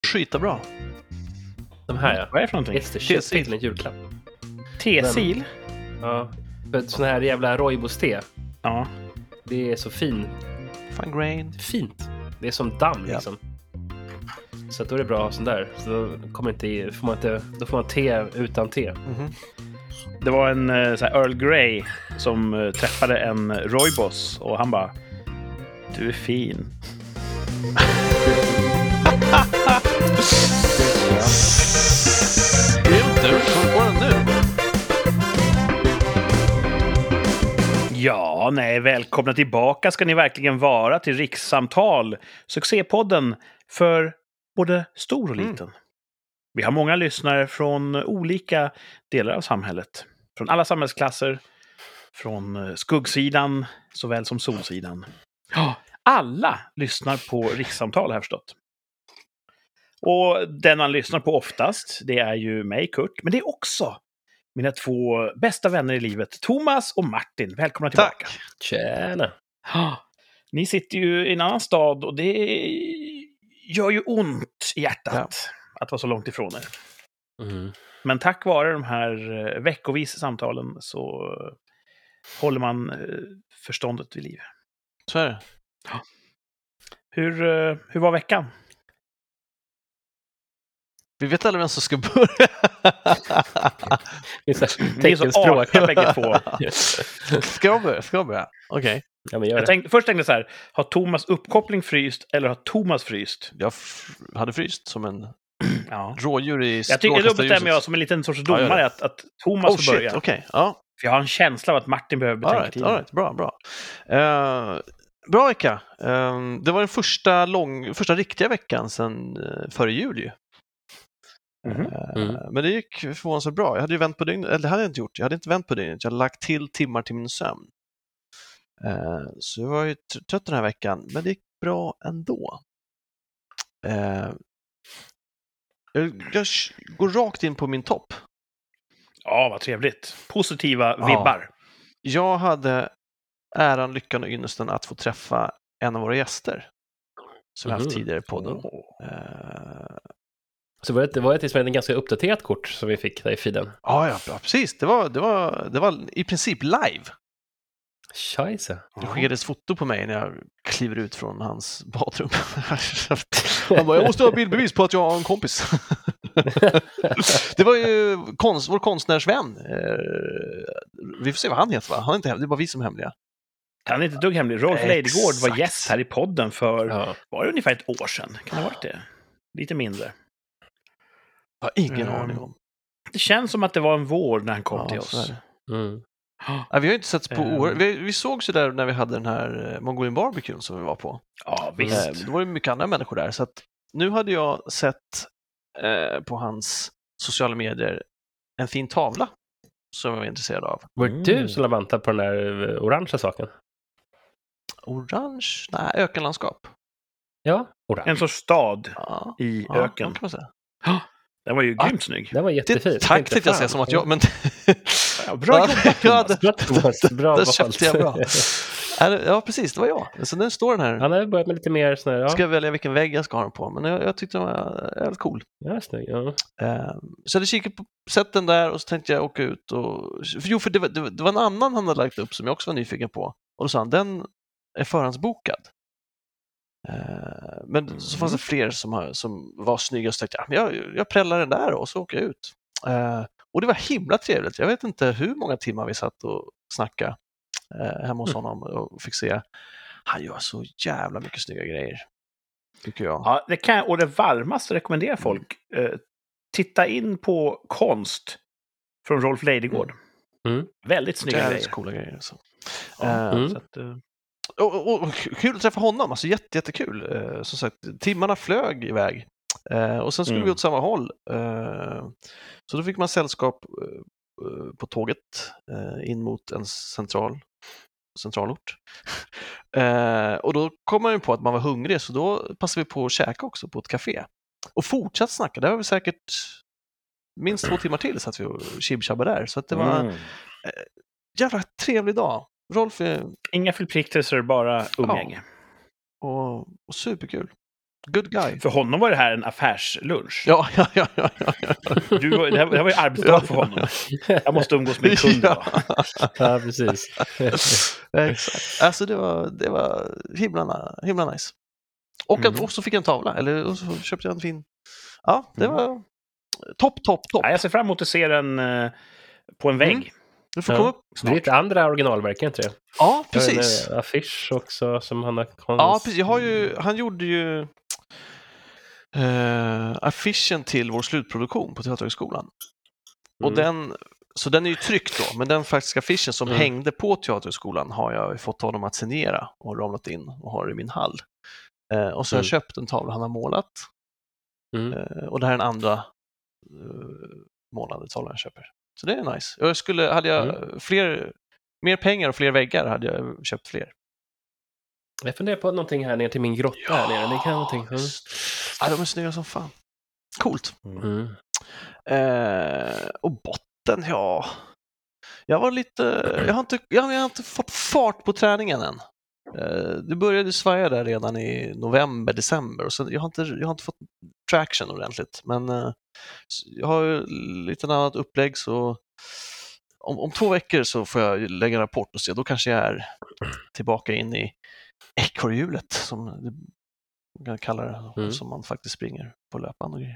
Skita bra. De här, ja. Vad är det för någonting? It's the shit till en julklapp. Tesil? Ja. För sån här jävla Rooibos-te. Ja. Det är så fint. Fine grain. Fint. Det är som damm liksom. Så att då är det bra att ha sån där. Så då kommer inte, då får man te utan te. Mm-hmm. Det var en så här Earl Grey som träffade en Rooibos och han bara, du är fin. Ja, nej, välkomna tillbaka ska ni verkligen vara till Rikssamtal, succépodden för både stor och liten. Vi har många lyssnare från olika delar av samhället. Från alla samhällsklasser, från skuggsidan såväl som solsidan. Alla lyssnar på Rikssamtal, har jag förstått. Och den man lyssnar på oftast, det är ju mig, Kurt. Men det är också mina två bästa vänner i livet, Thomas och Martin. Välkomna tillbaka. Tack. Tjena. Ni sitter ju i en annan stad och det gör ju ont i hjärtat att vara så långt ifrån er. Mm. Men tack vare de här veckovis samtalen så håller man förståndet vid liv. Så är det. Hur var veckan? Vi vet aldrig vem som ska börja. Det är så Ni är så artiga bägge två. Ska jag börja? Okej. Ja, men gör det. Först tänkte jag så här, har Thomas uppkoppling fryst eller har Thomas fryst? Jag hade fryst som en Ja. rådjur i Jag tycker då bestämmer jag strålkastarljuset. som en liten sorts domare att Thomas får börja. Okej. Ja. För jag har en känsla av att Martin behöver betänketid. All right. Bra. Bra vecka. Det var den första riktiga veckan sedan före jul ju. Men det gick förvånansvärt bra. Jag hade ju vänt på dygnet, eller det hade jag inte gjort. Jag hade inte vänt på dygnet. Jag hade lagt till timmar till min sömn. Så jag var ju trött den här veckan, men det gick bra ändå. Jag går rakt in på min topp. Ja, vad trevligt. Positiva vibbar. Jag hade äran, lyckan och ynnesten att få träffa en av våra gäster som jag haft tidigare i podden. Så var det till en ganska uppdaterat kort som vi fick där i feeden. Ja, precis. Det var i princip live. Scheisse. Det skickades foto på mig när jag kliver ut från hans badrum. Han bara, jag måste ha bildbevis på att jag har en kompis. Det var ju vår konstnärsvän. Vi får se vad han heter, va? Han är inte hemlig, det är bara vi som är hemliga. Han är inte dugg hemlig. Rolf Leidegård var gäst här i podden för var det ungefär ett år sedan. Kan det ha varit det? Lite mindre. Jag har ingen aning om. Det känns som att det var en vår när han kom till oss. Ja, vi har inte sett på år. Vi såg så där när vi hade den här Mongolian Barbecue som vi var på. Ja, visst. Det var ju mycket andra människor där. Så att nu hade jag sett på hans sociala medier en fin tavla som jag var intresserad av. Var det du som lavantade på den där orangea saken? Orange? Nej, ökenlandskap. Ja, orange. En sorts stad i öken. Kan man säga. Den var ju grymt snygg. Den var jättefin. Tack till jag säger som att jag... Men... Bra jobbat, Thomas. Bra där köpte jag bra. Ja, precis. Det var jag. Så den står den här. Han har börjat med lite mer sån här... Ja. Ska jag välja vilken vägg jag ska ha den på. Men jag tyckte den var jävligt cool. Ja, snygg. Ja. Så jag hade kikat på sett den där och så tänkte jag åka ut. För det var en annan han hade lagt upp som jag också var nyfiken på. Och då sa han, den är förhandsbokad. Men så fanns det fler som var snygga och så tänkte jag prällar den där och så åker jag ut. Och det var himla trevligt. Jag vet inte hur många timmar vi satt och snackade hemma hos honom och fick se. Han gör så jävla mycket snygga grejer, tycker jag. Ja, det kan jag, och det varmaste rekommenderar folk. Titta in på konst från Rolf Leidegård. Väldigt snygga grejer. Coola grejer. Så. Så att, och kul att träffa honom, alltså jättekul. Som sagt, timmarna flög iväg. Och sen skulle vi åt samma håll. Så då fick man sällskap på tåget in mot en centralort. Och då kom man ju på att man var hungrig, så då passade vi på att käka också på ett café. Och fortsatt snacka, det var vi säkert minst 2 timmar till så att vi chibchabbade där. Så att det var en jävla trevlig dag. Rolf är... Inga förpliktelser, bara umgänge. Och superkul. Good guy. För honom var det här en affärslunch. Ja. Det här var ju arbetsdag för honom. Jag måste umgås med en kund idag. Ja, precis. Exakt. Alltså det var himla nice. Och så fick jag en tavla, och så köpte jag en fin. Ja, det var topp. Ja, jag ser fram emot att se den på en vägg. Du får komma upp Det är snart. ditt andra originalverk, inte det? Ja, precis. En affisch också som han har... Ja, precis. Han gjorde ju affischen till vår slutproduktion på Teaterhögskolan. Och den är ju tryckt då, men den faktiska affischen som hängde på Teaterhögskolan har jag fått honom att signera och ramlat in och har i min hall. Och så har jag köpt en tavla han har målat. Och det här är den andra målade tavlan jag köper. Så det är nice. Hade jag mer pengar och fler väggar hade jag köpt fler. Jag funderar på någonting här nere till min grotta här nere. Det kan någonting. Ja, de är snygga som fan. Coolt. Och botten, ja. Jag har inte fått fart på träningen än. Det började svaja där redan i november, december. Och sen, jag har inte fått traction ordentligt. Men jag har lite annat upplägg, så om 2 veckor så får jag lägga en rapport och se. Då kanske jag är tillbaka in i ekorrhjulet, som man kan kalla det, som man faktiskt springer på löpband och grejer.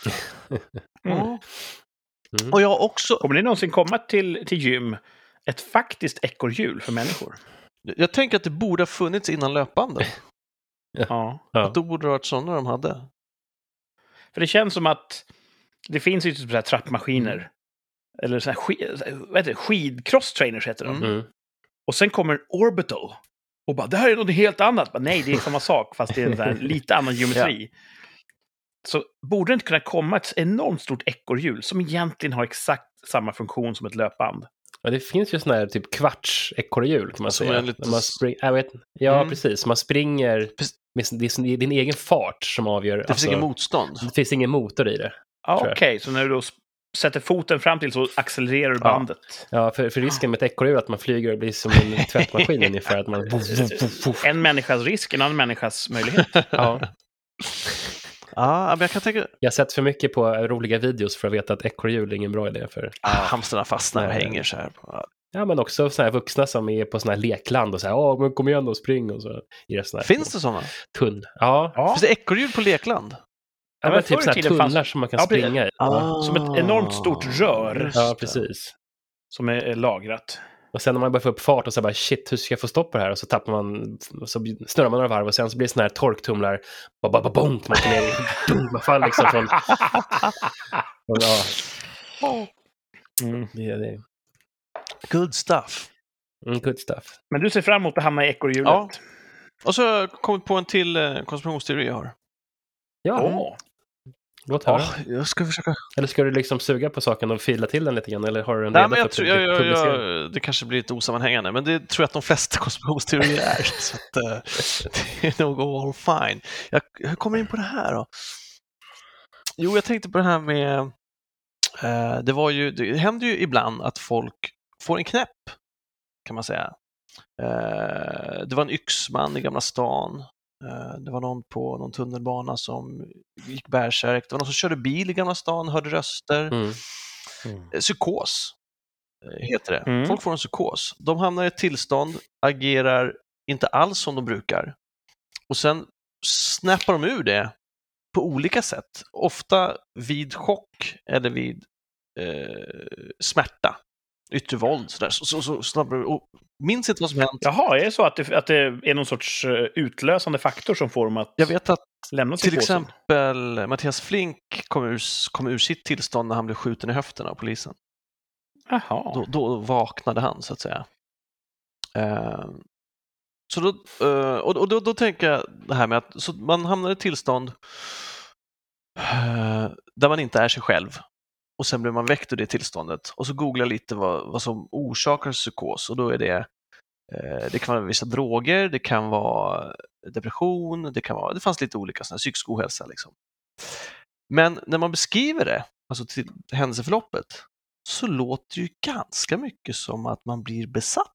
Och jag också... Kommer det någonsin komma till gym ett faktiskt ekorrhjul för människor? Jag tänker att det borde ha funnits innan löpbanden. Att då borde det ha varit sådana de hade. För det känns som att det finns ju så här trappmaskiner. Eller så här skidcross-trainers heter de. Och sen kommer Orbital. Och bara, det här är något helt annat. Men nej, det är samma sak, fast det är en så här lite annan geometri. Så borde det inte kunna komma ett enormt stort ekorrhjul som egentligen har exakt samma funktion som ett löpband? Ja, det finns ju såna här typ kvarts-ekorrhjul kan man säga. Lite... Precis. Man springer med din egen fart som avgör. Det finns ingen motstånd. Det finns ingen motor i det. Okej, så när du då sätter foten fram till så accelererar du bandet. Ja, för risken med ett ekorrhjul är att man flyger och blir som en tvättmaskin ungefär. Att man... En människas risk, en annan människas möjlighet. Ja, men jag kan tänka... Jag har sett för mycket på roliga videos för att veta att ekorrhjul är ingen bra idé för... hamstrarna fastnar och hänger så här. Ja, men också såna här vuxna som är på såna här lekland och så här, men kom igen och spring och så. Finns det såna? Ja. Finns det ekorrhjul på lekland? Ja, men typ såna här tunnlar som man kan springa i. Som ett enormt stort rör. Ja, precis. Som är lagrat. Och sen när man börjar få upp fart och så bara, shit, hur ska jag få stopp på det här? Och så tappar man, så snurrar man några varv och sen så blir det såna här torktumlar. Bonk, man kan ner, man faller liksom från... Det. Good stuff. Good stuff. Men du ser fram emot att hamna i ekorrhjulet. Ja. Och så har jag kommit på en till konspirationsteori jag har. Ja. Låt höra. Jag ska försöka. Eller ska du liksom suga på saken och fila till den lite grann? Eller har du en Nej, men jag tror det kanske blir lite osammanhängande, men det tror jag att de flesta konspirationsteorier är. Så att, det är nog all fine. Jag kommer in på det här då. Jo, jag tänkte på det här med... Det händer ju ibland att folk får en knäpp, kan man säga. Det var en yxman i Gamla stan. Det var någon på någon tunnelbana som gick bärsärk. Det var någon som körde bil i Gamla stan, hörde röster. Psykos heter det. Folk får en psykos. De hamnar i ett tillstånd, agerar inte alls som de brukar. Och sen snappar de ur det på olika sätt. Ofta vid chock eller vid smärta. Yttre våld. Så snabbare. Och minns inte vad som hänt. Jaha, är det så att det är någon sorts utlösande faktor som får dem att jag vet att lämna till exempel Mattias Flink kom ur sitt tillstånd när han blev skjuten i höften av polisen. Jaha. Då vaknade han, så att säga. Så då tänker jag det här med att så man hamnar i ett tillstånd där man inte är sig själv. Och sen blir man väckt ur det tillståndet. Och så googlar jag lite vad som orsakar psykos. Och då är det kan vara vissa droger, det kan vara depression, det fanns lite olika sådana psykisk ohälsa liksom. Men när man beskriver det, alltså till händelseförloppet, så låter det ju ganska mycket som att man blir besatt.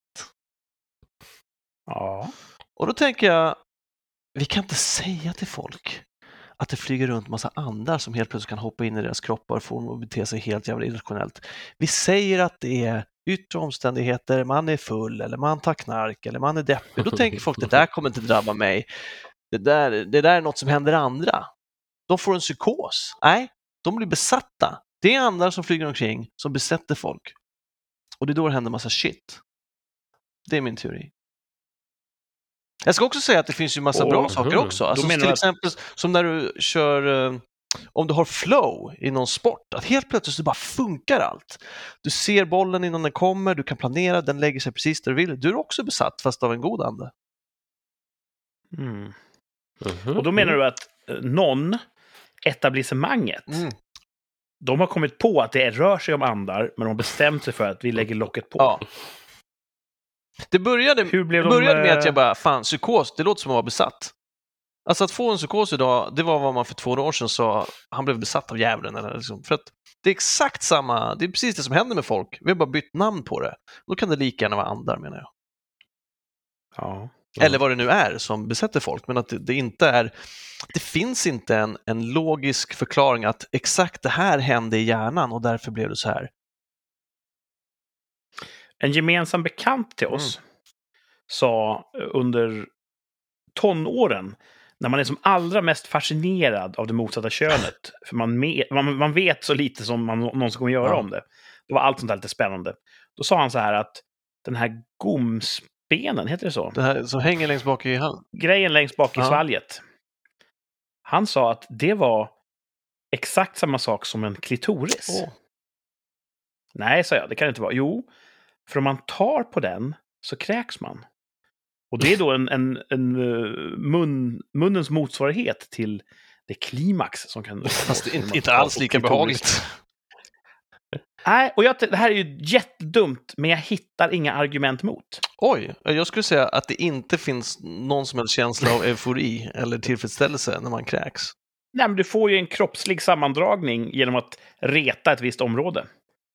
Ja. Och då tänker jag, vi kan inte säga till folk att det flyger runt massa andar som helt plötsligt kan hoppa in i deras kroppar och få dem att bete sig helt jävla irrationellt. Vi säger att det är yttre omständigheter, man är full eller man tar knark eller man är deppig. Då tänker folk, det där kommer inte drabba mig. Det där är något som händer andra. De får en psykos. Nej, de blir besatta. Det är andra som flyger omkring som besätter folk. Och det är då det händer massa shit. Det är min teori. Jag ska också säga att det finns ju massa bra saker också. Alltså till exempel som när du kör, om du har flow i någon sport, att helt plötsligt så bara funkar allt. Du ser bollen innan den kommer, du kan planera, den lägger sig precis där du vill. Du är också besatt fast av en god ande. Och då menar du att etablissemanget, de har kommit på att det rör sig om andar, men de har bestämt sig för att vi lägger locket på. Ja. Det började med att jag bara, fan, psykos, det låter som att vara besatt. Alltså att få en psykos idag, det var vad man för 2 år sedan sa, han blev besatt av djävulen. Eller liksom. För att det är exakt samma, det är precis det som händer med folk. Vi har bara bytt namn på det. Då kan det lika gärna vara andar, menar jag. Ja. Eller vad det nu är som besätter folk, men att det inte är, det finns inte en logisk förklaring att exakt det här hände i hjärnan och därför blev det så här. En gemensam bekant till oss sa under tonåren, när man är som allra mest fascinerad av det motsatta könet, för man vet så lite som man någonsin kommer göra om det. Det var allt sånt där lite spännande. Då sa han så här att den här gomsbenen, heter det så? Det här som hänger längst bak i handen. Grejen längst bak i svalget. Han sa att det var exakt samma sak som en klitoris. Nej, sa jag, det kan det inte vara. Jo, för om man tar på den så kräks man. Och det är då munnens motsvarighet till det klimax som kan... Fast inte alls lika behagligt. Nej, och det här är ju jättedumt, men jag hittar inga argument mot. Oj, jag skulle säga att det inte finns någon som helst känsla av eufori eller tillfredsställelse när man kräks. Nej, men du får ju en kroppslig sammandragning genom att reta ett visst område.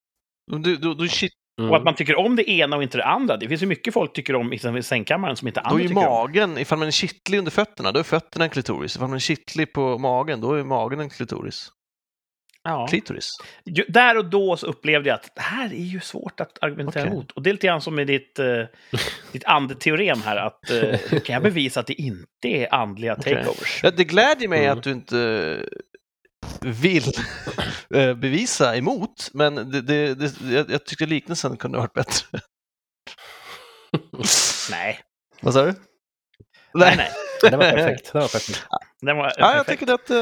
Och att man tycker om det ena och inte det andra. Det finns ju mycket folk tycker om i sängkammaren som inte andra tycker om. Då är magen, ifall man är kittlig under fötterna, då är fötterna en klitoris. Ifall man är kittlig på magen, då är magen en klitoris. Ja. Klitoris. Där och då så upplevde jag att det här är ju svårt att argumentera emot. Och det är lite grann som med ditt andeteorem här, att kan jag bevisa att det inte är andliga takeovers? Ja, det glädjer mig att du inte vill bevisa emot, men jag tycker liknelsen kunde ha varit bättre. Nej. Vad sa du? Nej. Det var perfekt. Jag tycker att...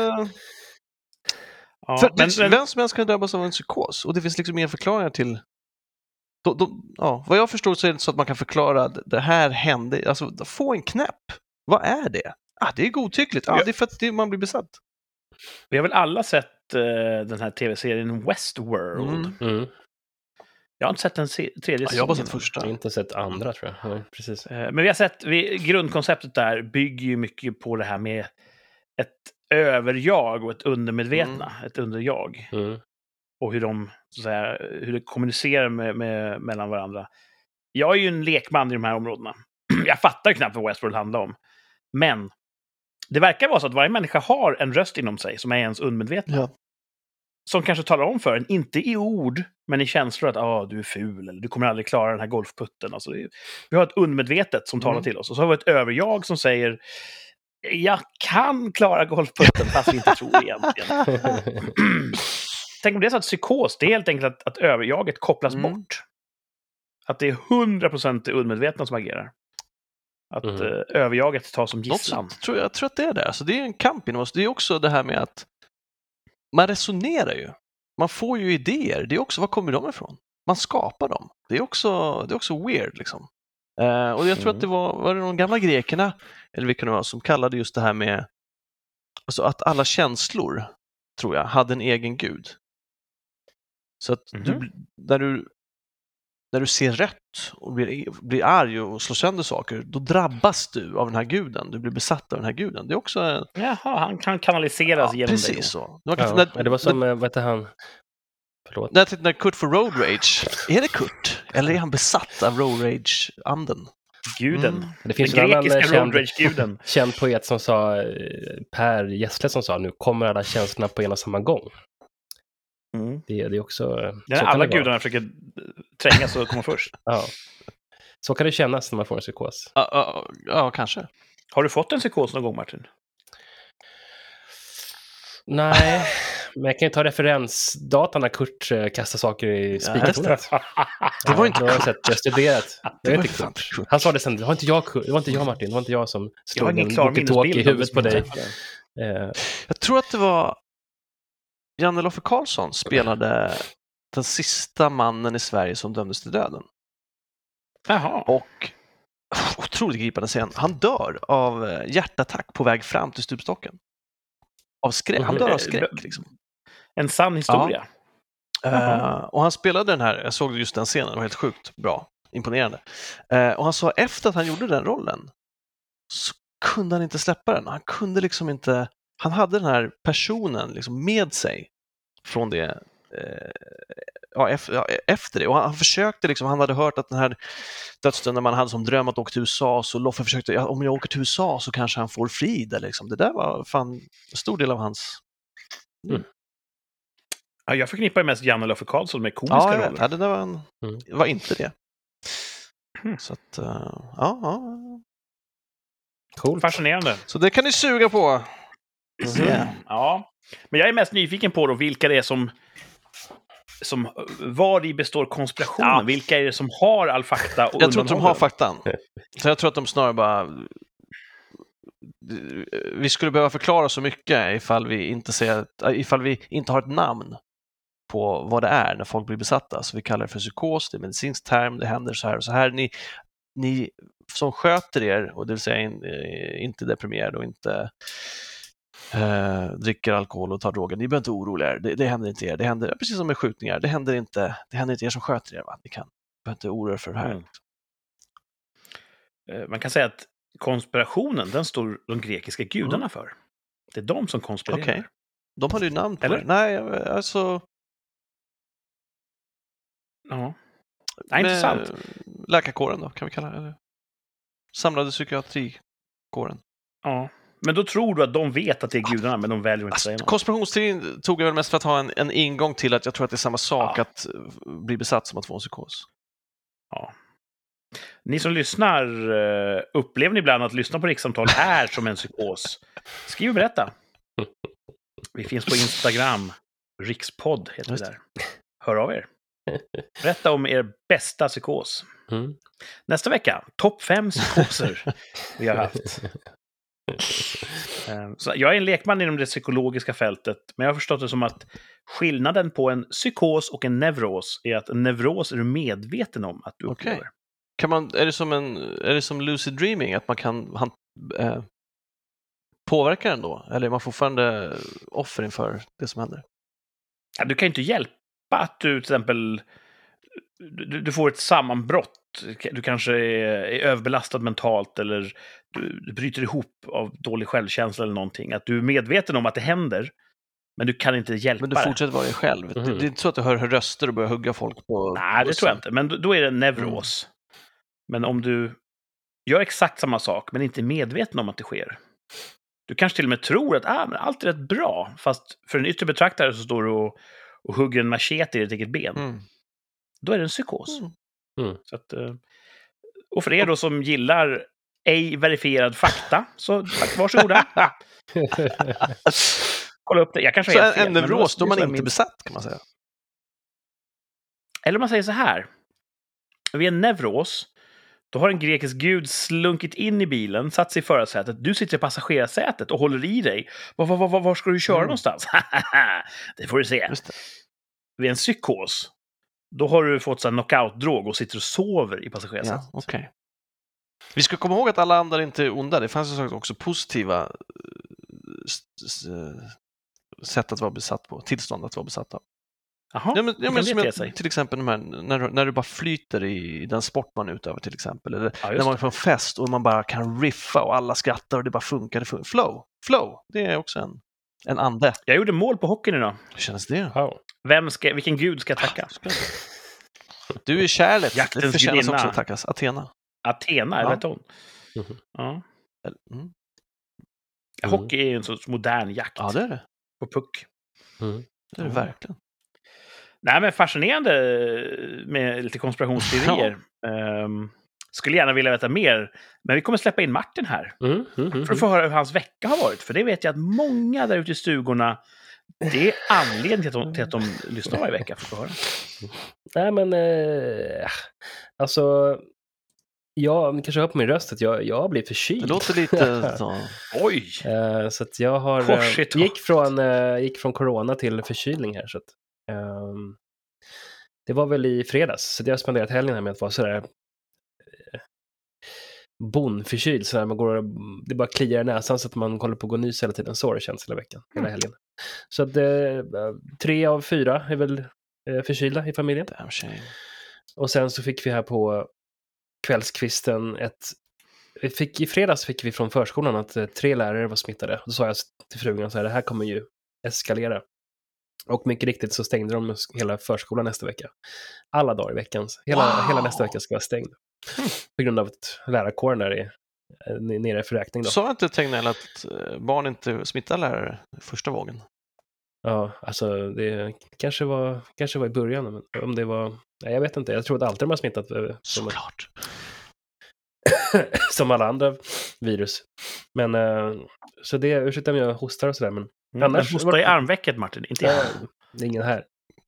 vem som helst kan drabbas av en psykos, och det finns liksom inga förklaringar till... vad jag förstår så är det så att man kan förklara att det här hände, alltså få en knäpp. Vad är det? Det är godtyckligt. Det är för att man blir besatt. Vi har väl alla sett den här tv-serien Westworld. Jag har inte sett den tredje säsongen. Jag har bara sett första. Jag har inte sett andra, tror jag. Nej, precis. Men vi har sett, grundkonceptet där bygger ju mycket på det här med ett överjag och ett undermedvetna, ett underjag. Och hur de, så att säga, hur det kommunicerar mellan varandra. Jag är ju en lekman i de här områdena. Jag fattar knappt vad Westworld handlar om. Men det verkar vara så att varje människa har en röst inom sig som är ens undermedvetna. Ja. Som kanske talar om för en, inte i ord, men i känslor att du är ful eller du kommer aldrig klara den här golfputten. Alltså, vi har ett undermedvetet som talar till oss. Och så har vi ett överjag som säger jag kan klara golfputten fast vi inte tror det egentligen. Tänk om det är så att psykos, det är helt enkelt att överjaget kopplas bort. Att det är 100% det undermedvetna som agerar. Att överjaget tas som gisslan. Jag tror att det är det. Alltså, det är en kamp inom oss. Det är också det här med att man resonerar ju. Man får ju idéer. Det är också, var kommer de ifrån? Man skapar dem. Det är också weird liksom. Och jag tror att det var det de gamla grekerna, eller vilka det var, som kallade just det här med alltså att alla känslor, tror jag, hade en egen gud. Så att när du ser rött och blir arg och slår sönder saker, då drabbas du av den här guden. Du blir besatt av den här guden. Det är också... Jaha, han kan kanaliseras genom precis dig. Så. Det var som, vad heter han? Förlåt. När Kurt får road rage, är det Kurt? Eller är han besatt av road rage-anden? Guden. Det finns Den en annan grekiska road rage-guden. känd poet som sa, Per Gessle som sa, nu kommer alla känslorna på en och samma gång. Det är också... När alla gudarna försöker trängas och komma först. Ja. Så kan det kännas när man får en psykos. Ja, kanske. Har du fått en psykos någon gång, Martin? Nej, men jag kan ju ta referensdata när Kurt kastar saker i spikartornet. Det var inte Kurt. Jag har studerat. Det Jag var vet inte inte Kurt. Han sa det sen, det var inte jag Martin, det var inte jag som slog en walkie-talkie i huvudet på dig. Jag tror att det var Janne Loffe Karlsson spelade den sista mannen i Sverige som dömdes till döden. Jaha. Och otroligt gripande scen. Han dör av hjärtattack på väg fram till stupstocken. Av skräck. Han dör av skräck liksom. En sann historia. Och han spelade den här, jag såg just den scenen, det var helt sjukt bra, imponerande. Och han sa efter att han gjorde den rollen så kunde han inte släppa den. Han kunde liksom inte, han hade den här personen liksom med sig från det efter det. Och han försökte liksom, han hade hört att den här dödsstunden man hade som dröm att åka till USA, så Loffe försökte, om jag åker till USA så kanske han får frid liksom. Det där var fan en stor del av hans Ja, jag förknippar mest Janne Loffe Karlsson med komiska roller. Ja, det där var inte det. Så att, Cool. Fascinerande. Så det kan ni suga på. Ja, men jag är mest nyfiken på då, vilka det är som var i består konspirationen? Ja. Vilka är det som har all fakta? Och jag tror inte de har faktan. Så jag tror att de snarare bara... Vi skulle behöva förklara så mycket ifall vi inte har ett namn på vad det är när folk blir besatta. Så vi kallar det för psykos, det är en medicinsk term, det händer så här och så här. Ni som sköter er, och det vill säga inte deprimerade och inte dricker alkohol och tar droger, ni behöver inte oroa er, det händer inte er. Det händer, precis som med skjutningar, det händer inte er som sköter er. Va? Ni behöver inte oroa er för det här. Man kan säga att konspirationen, den står de grekiska gudarna för. Det är de som konspirerar. Okej. De hade ju namn på eller? Det. Nej, alltså... Ja. Nej, intressant. Läkarkåren då, kan vi kalla det. Eller? Samlade psykiatrikåren. Ja. Men då tror du att de vet att det är gudarna, men de väljer inte säga något. Konspirationsteorin tog jag väl mest för att ha en ingång till att jag tror att det är samma sak att bli besatt som att få en psykos. Ja. Ni som lyssnar, upplever ni ibland att lyssna på rikssamtal är som en psykos? Skriv och berätta. Vi finns på Instagram. Rikspodd heter det där. Hör av er. Berätta om er bästa psykos. Nästa vecka, topp 5 psykoser vi har haft. Så jag är en lekman inom det psykologiska fältet, men jag har förstått det som att skillnaden på en psykos och en neuros är att en neuros är du medveten om att du upplever. Okay. Är det som lucid dreaming, att man kan påverka den då? Eller är man fortfarande offer inför det som händer? Ja, du kan ju inte hjälpa att du till exempel du får ett sammanbrott. Du kanske är överbelastad mentalt, eller du bryter ihop av dålig självkänsla eller någonting. Att du är medveten om att det händer, men du kan inte hjälpa det. Men du fortsätter vara dig själv. Det är inte så att du hör röster och börjar hugga folk på... Nej, det tror jag inte. Men då är det en neuros. Men om du gör exakt samma sak, men inte är medveten om att det sker. Du kanske till och med tror att allt är rätt bra, fast för en yttre betraktare så står du och hugger en machete i ditt eget ben. Då är det en psykos. Så att, och för er då som gillar ej verifierad fakta, så varsågoda. Kolla upp det. Jag kanske så en neuros, då är man inte besatt, kan man säga. Eller om man säger så här. Vid en neuros, då har en grekisk gud slunkit in i bilen, satt sig i förarsätet. Du sitter i passagerarsätet och håller i dig. Var ska du köra någonstans? Det får du se. Vid en psykos, då har du fått en knockout-drog och sitter och sover i passagerarsätet. Ja, okay. Vi ska komma ihåg att alla andra inte är onda. Det fanns också positiva sätt att vara besatt på. Tillstånd att vara besatt av. Jaha, men som till exempel de här, när du bara flyter i den sport man utövar till exempel. Eller när man är på en fest och man bara kan riffa och alla skrattar och det bara funkar. Flow, det är också en ande. Jag gjorde mål på hockeyn idag. Hur känns det? Wow. Vilken gud ska jag tacka? Du är kärlet. Jaktens det förtjänas gudinna. också att tackas. Athena. Athena, eller vet hon? Mhm. Ja. Mm. Hockey är ju en sorts modern jakt Ja, det är det. på puck. Mm. Det är det Ja. verkligen. Nej, men fascinerande med lite konspirationsteorier. Skulle gärna vilja veta mer, men vi kommer släppa in Martin här. För att få höra hur hans vecka har varit. För det vet jag att många där ute i stugorna, det är anledningen till att de lyssnar varje vecka. För att få höra. Nej, men alltså, ni kanske hör på min röst att jag har blivit förkyld. Det låter lite så. Oj! Så att jag har gick från corona till förkylning här. Så att, det var väl i fredags, så jag har spenderat helgen här med att vara sådär bonförkyld, så det bara kliar i näsan så att man håller på att gå nys hela tiden. Så det känns hela veckan, hela helgen. Så att 3 av 4 är väl förkylda i familjen. Damn shame. Och sen så fick vi här på kvällskvisten i fredags fick vi från förskolan att 3 lärare var smittade. Då sa jag till frugan så här, det här kommer ju eskalera. Och mycket riktigt så stängde de hela förskolan nästa vecka. Alla dagar i veckan. Hela nästa vecka ska vara stängd. På grund av att lärarkåren där är nere för räkning då. Sa inte Tegnell att barn inte smittar lärare första vågen? Ja, alltså det kanske var i början, men om det var... Nej, jag vet inte, jag tror att alltid de har smittat Såklart. som alla andra virus. Men så det, ursäkta om jag hostar och sådär, men Annars hosta i armvecket, Martin, inte i armen. det är ingen här.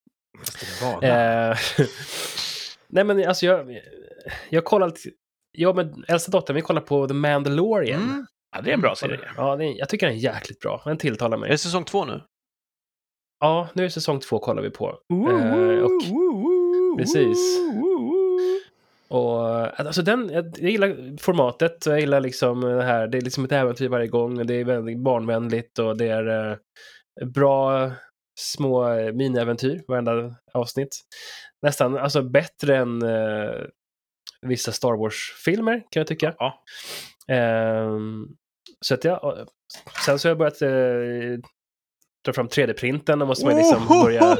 Det Nej, men alltså jag kollade... Jag med äldsta dottern, vi kollar på The Mandalorian. Ja, det är en bra serie. Ja, jag tycker den är jäkligt bra. Den tilltalar mig. Är det säsong 2 nu? Ja, nu är säsong 2 kollar vi på. Precis. Och alltså jag gillar formatet, jag gillar liksom det här, det är liksom ett äventyr varje gång, det är väldigt barnvänligt och det är bra små miniäventyr varenda avsnitt. Nästan alltså bättre än vissa Star Wars-filmer kan jag tycka. Ja. Så att sen så har jag börjat ta fram 3D-printen, då måste man liksom börja...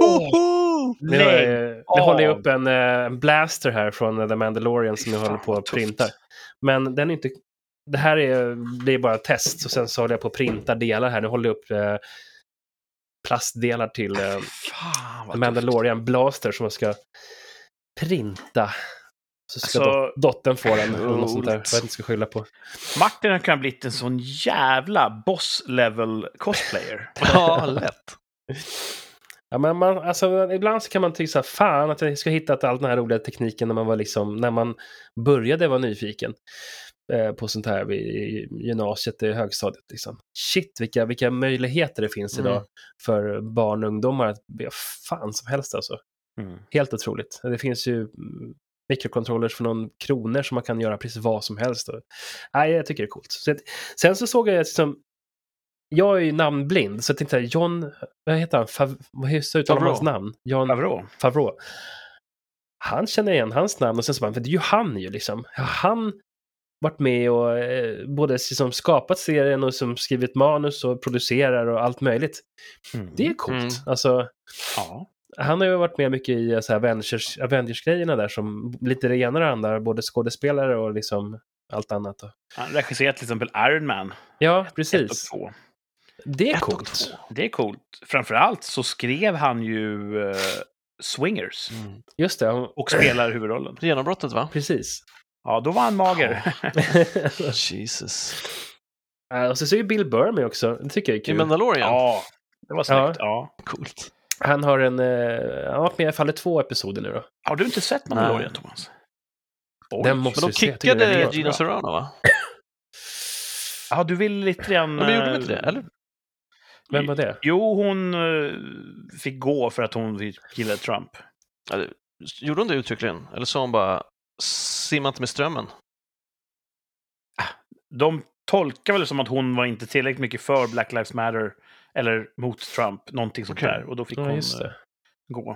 Nu håller jag upp en blaster här från The Mandalorian som jag håller på att printa. Men den är inte... Det här blir bara test, och sen så håller jag på att printa delar här. Nu håller jag upp plastdelar till The Mandalorian blaster som jag ska printa. Så ska dottern få den eller något sånt där. Vad jag inte ska skylla på. Martin kan ha blivit en sån jävla boss-level cosplayer. Ja, lätt. Ja, men alltså, ibland så kan man tycka så här, fan att jag ska hitta all den här roliga tekniken när man började vara nyfiken på sånt här i gymnasiet, i högstadiet. Liksom. Shit, vilka möjligheter det finns idag för barn och ungdomar att bli fan som helst alltså. Helt otroligt. Det finns ju mikrocontrollers för någon kronor som man kan göra precis vad som helst. Nej, jag tycker det är coolt. Sen så såg jag liksom, jag är ju namnblind, så jag tänkte John, vad heter han? Vad uttalar hans namn? John Favreau. Han känner igen hans namn, och sen så bara, för det är ju han ju liksom. Han varit med och både liksom skapat serien och som skrivit manus och producerar och allt möjligt. Det är coolt. Alltså, ja. Han har ju varit med mycket i så här Avengers-grejerna där, som lite det ena och det andra, både skådespelare och liksom allt annat. Han regisserat till exempel Iron Man. Ja, precis. 1 och 2. Det är coolt. Det är coolt. Framförallt så skrev han ju Swingers. Just det. Och spelar huvudrollen. Genombrottet, va? Precis. Ja, då var han mager. Jesus. Och så är Bill Burr med också. Det tycker jag är kul. I Mandalorian? Ja, det var snyggt. Ja. Coolt. Han har han har varit med i alla fall 2 episoder nu då. Har du inte sett Mandalorian, Thomas? Den måste men de kickade Gina Serrano, va? Ja, du vill lite grann... Men gjorde de inte det, eller? Vem var det? Jo, hon fick gå för att hon gillade Trump. Ja, gjorde hon det uttryckligen? Eller sa hon bara, simma inte med strömmen? De tolkar väl som att hon var inte tillräckligt mycket för Black Lives Matter eller mot Trump, någonting sånt där. Och då fick hon gå.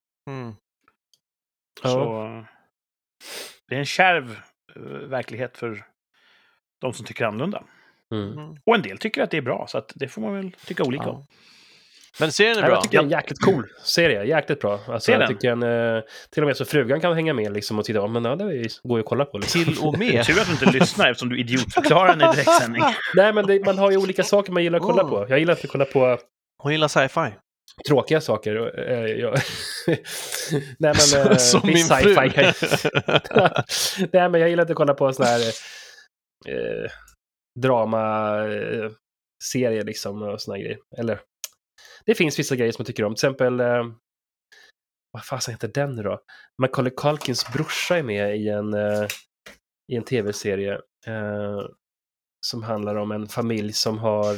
Så det är en kärv verklighet för de som tycker annorlunda. Och en del tycker att det är bra, så att det får man väl tycka olika om. Men serien är Nej, bra. jag tycker det är en jäkligt cool serie. Jäkligt bra. Alltså, Ser jag den? tycker till och med så frugan kan hänga med liksom, och titta. Men ja, det går ju att kolla på. Liksom. Till och med. Tur att du inte lyssnar eftersom du idiotförklarar den i direktsändning. Nej, men man har ju olika saker man gillar att kolla på. Jag gillar inte att kolla på Hon gillar sci-fi. tråkiga saker. Nej, men Som min viss fru. Nej, men jag gillar inte att kolla på såna här drama-serier liksom och såna här grejer. Eller, det finns vissa grejer som jag tycker om. Till exempel, vad fan heter den nu då? Macaulay Culkins brorsa är med i en tv-serie som handlar om en familj som har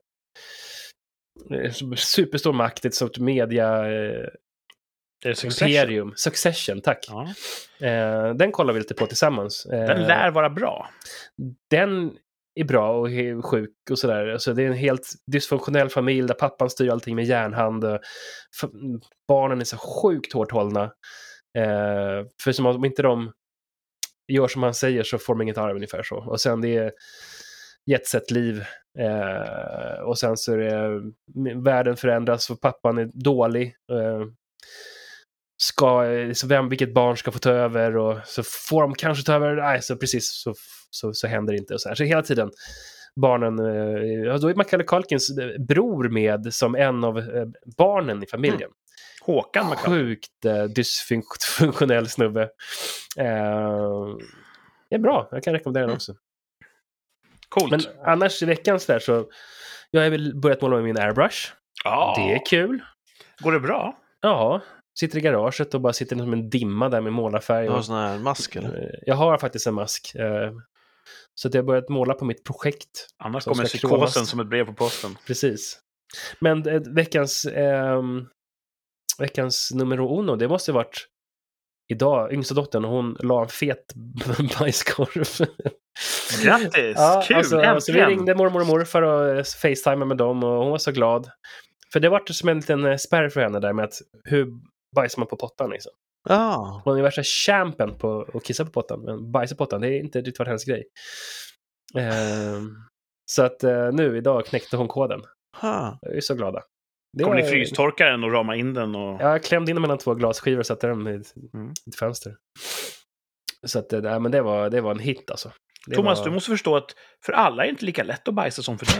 superstor makt, ett sorts media imperium. Succession, tack. Ja. Den kollar vi lite på tillsammans. Den lär vara bra. Den är bra och sjuk och sådär. Alltså, det är en helt dysfunktionell familj där pappan styr allting med järnhand. Barnen är så sjukt hårt hållna. För som om inte de gör som han säger så får de inget arv ungefär så. Och sen det är jetset-liv. Och sen så är det världen förändras och pappan är dålig. Vilket barn ska få ta över och så får de kanske ta över. Nej, så precis så händer det inte. Och så här. Så hela tiden barnen, då är Macaulay Culkins bror med som en av barnen i familjen. Håkan McCall. Sjukt dysfunktionell snubbe. Det är bra, jag kan rekommendera den också. Coolt. Men annars i veckan så där så jag har väl börjat måla med min airbrush. Det är kul. Går det bra? Ja, sitter i garaget och bara sitter som en dimma där med målarfärg. Du har sån här mask eller? Jag har faktiskt en mask. Så att jag har börjat måla på mitt projekt. Annars kommer psykosen som ett brev på posten. Precis. Men veckans nummer uno, det måste ha varit idag, yngsta dottern, och hon la en fet bajskorv. Grattis! Ja, kul! alltså, vi ringde mormor och morfar och facetimade med dem och hon var så glad. För det var som en liten spärr för henne där med att hur bajsar man på pottan liksom. Ja. Hon är värsta champion på att kissa på pottan, men bajsa på pottan, det är inte riktigt varit hennes grej. Så att nu idag knäckte hon koden. Jag är så glada. Kommer ni frystorka den och rama in den? Och... Jag klämde in den mellan 2 glasskivor och satte den i ett fönster. Så att men det var en hit alltså. Thomas, du måste förstå att för alla är det inte lika lätt att bajsa som för dig.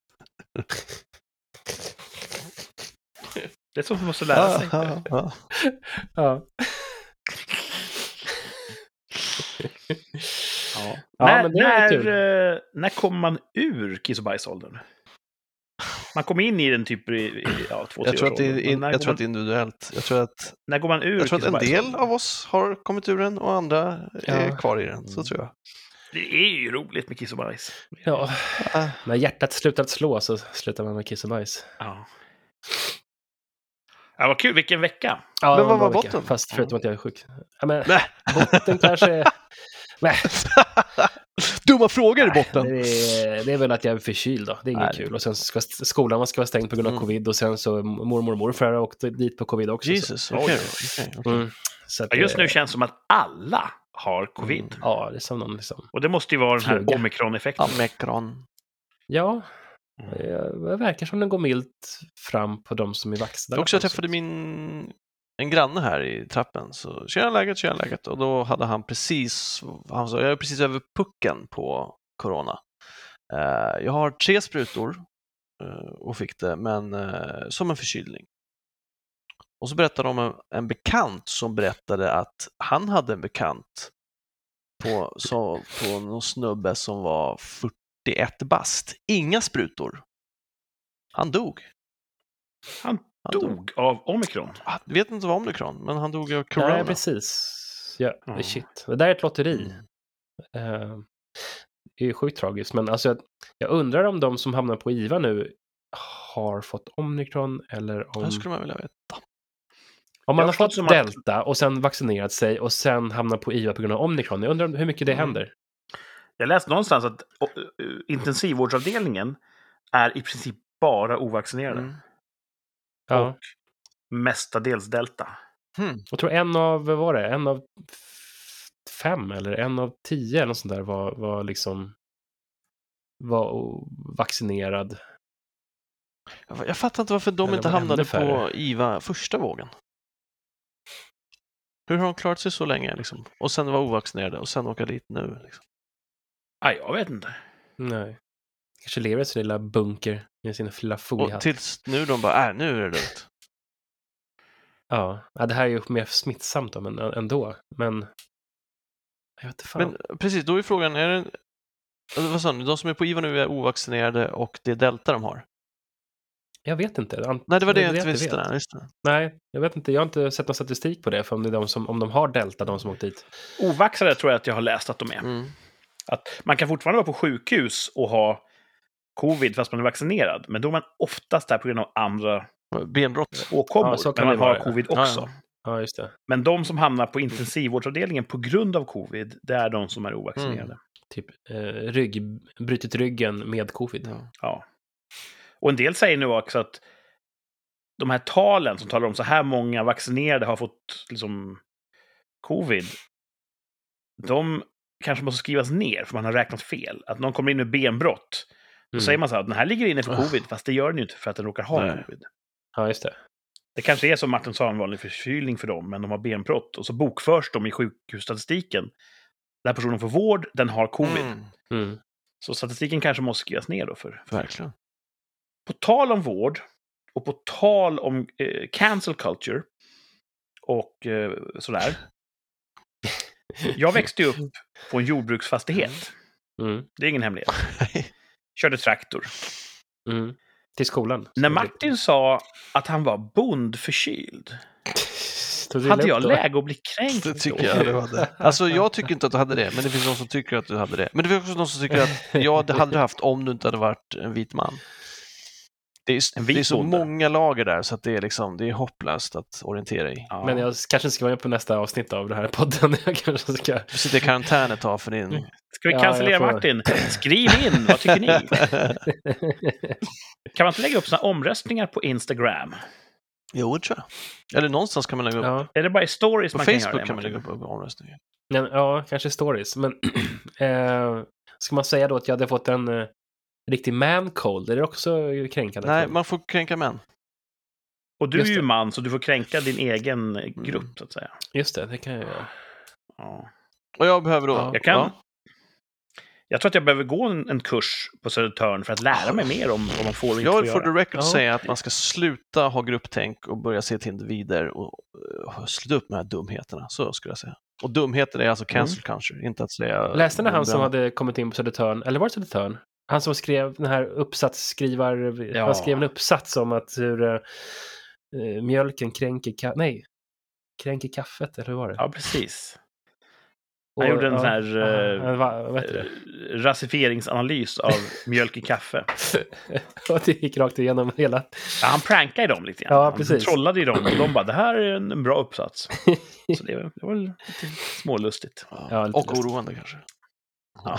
Det är som man måste lära sig. Ja. När kommer man ur kiss- och bajsåldern? Man kommer in i den typ i 2-3 år. Jag tror att det är individuellt. När går man ur? Jag tror att en del av oss har kommit ur den och andra är kvar i den. Så tror jag. Det är ju roligt med kiss och bajs. Ja. När hjärtat slutar slå så slutar man med kiss och bajs. Ja. Ja, vad kul. Vilken vecka. Ja, men vad var botten? Fast förutom att jag är sjuk. Ja, men botten kanske... Nej. Dumma frågor i botten. Det är väl att jag är förkyld då. Det är inget kul. Och sen ska skolan vara stängd på grund av covid. Och sen så mormor och morfar har åkt dit på covid också. Jesus, okej. Så att, just nu känns det som att alla har covid. Ja, det är som någon liksom... Och det måste ju vara den här omikron-effekten. Omikron. Ja. Det verkar som den går milt fram på de som är vaxade. Jag träffade en granne här i trappen. Så tjena läget. Och då hade han sa, jag är precis över pucken på corona. Jag har 3 sprutor och fick det, men som en förkylning. Och så berättade de om en bekant som berättade att han hade en bekant på någon snubbe som var 41 bast. Inga sprutor. Han dog. Han dog av omikron? Jag vet inte vad omikron, men han dog av corona. Nej, precis. Ja, shit. Det där är ett lotteri. Det är ju sjukt tragiskt, men alltså jag undrar om de som hamnar på IVA nu har fått omikron eller om... Det skulle man vilja veta. Om man har fått delta och sen vaccinerat sig och sen hamnar på IVA på grund av omikron. Jag undrar hur mycket det händer. Jag läste någonstans att intensivvårdsavdelningen är i princip bara ovaccinerade. Ja. Och mestadels delta. Jag tror en av 5 eller en av 10 eller något sånt där var vaccinerad. Jag fattar inte varför de Eller inte var det hamnade ännu färre? på IVA första vågen. Hur har de klarat sig så länge liksom? Och sen vara ovaccinerade och sen åka dit nu liksom. Jag vet inte. Nej. Kanske lever i sin lilla bunker med sin lilla Och foliehatt. tills nu de bara, nu är det lugnt. Ja, det här är ju mer smittsamt då, men ändå. Men jag vet inte fan. Men precis, då är frågan, är det, vad sa ni, de som är på IVA nu är ovaccinerade och det är Delta de har? Jag vet inte. Nej, det var det jag vet inte visste. vet. Just det. Nej, jag vet inte. Jag har inte sett någon statistik på det. För om det är om de har Delta, de som åkt dit. Ovaxade tror jag att jag har läst att de är. Mm. Att man kan fortfarande vara på sjukhus och ha covid fast man är vaccinerad. Men då är man oftast där på grund av andra Benbrott. åkommor. Ja, så kan men man det har vara. covid Ja, också. ja. Ja, just det. Men de som hamnar på intensivvårdsavdelningen på grund av covid, det är de som är ovaccinerade. Typ brutit ryggen med covid. Ja. Ja. Och en del säger nu också att de här talen som talar om så här många vaccinerade har fått liksom covid, de kanske måste skrivas ner för man har räknat fel. Att någon kommer in med benbrott, då säger man så här att den här ligger inne för covid, fast det gör den ju inte för att den råkar ha Nej. covid. Ja, just det. Det kanske är som Martin sa, en vanlig förkylning för dem, men de har benbrott och så bokförs de i sjukhusstatistiken. Den här personen får vård, den har covid. Mm. Så statistiken kanske måste skrivas ner då för. Verkligen. På tal om vård och på tal om cancel culture och sådär. Jag växte upp på en jordbruksfastighet. Mm. Det är ingen hemlighet. Körde traktor. Mm. Till skolan. När Martin sa att han var bondförkyld, Tog du hade illa jag upp då? läge att bli kränkt. Det tycker jag du hade. Alltså jag tycker inte att du hade det, men det finns någon som tycker att du hade det. Men det finns också någon som tycker att det hade du haft om du inte hade varit en vit man. Det är så bonde. många lager där så att det är hopplöst att orientera i. Ja. Men jag kanske ska vara med på nästa avsnitt av det här podden. Jag kanske ska... Du sitter i karantän ett tag för din... Ska vi Ja, cancellera jag får- Martin? Skriv in, vad tycker ni? Kan man inte lägga upp såna omröstningar på Instagram? Jo, tror jag. Eller någonstans kan man lägga upp. Ja, Är det bara i stories På man kan göra Facebook det? kan man Martin? lägga upp omröstningar. men, ja, kanske stories. Men ska man säga då att jag hade fått en riktig man-cold? Är det också kränkande? Nej, man får kränka män. Och du Just är ju det. man, så du får kränka din egen grupp, så att säga. Just det kan jag göra. Ja. Och jag behöver då... Ja. Jag kan... Jag tror att jag behöver gå en kurs på Södertörn för att lära mig mer om vad man får och inte Jag får vill for göra. the record Ja. säga att man ska sluta ha grupptänk och börja se till individer och sluta upp med de här dumheterna. Så skulle jag säga. Och dumheter är alltså cancel culture, inte att säga... Läste ni han som hade kommit in på Södertörn? Eller var det Södertörn? Han som skrev den här Ja. Han skrev en uppsats om att hur mjölken kränker kaffet, eller hur var det? Ja, precis. Han gjorde en sån här vad heter det? rasifieringsanalys av mjölk i kaffe. Och det gick rakt igenom hela... Ja, han prankade dem lite grann. Ja, Han precis. trollade i dem och de bara, det här är en bra uppsats. Så det var lite smålustigt. Ja, lite och lustigt. oroande kanske. Ja.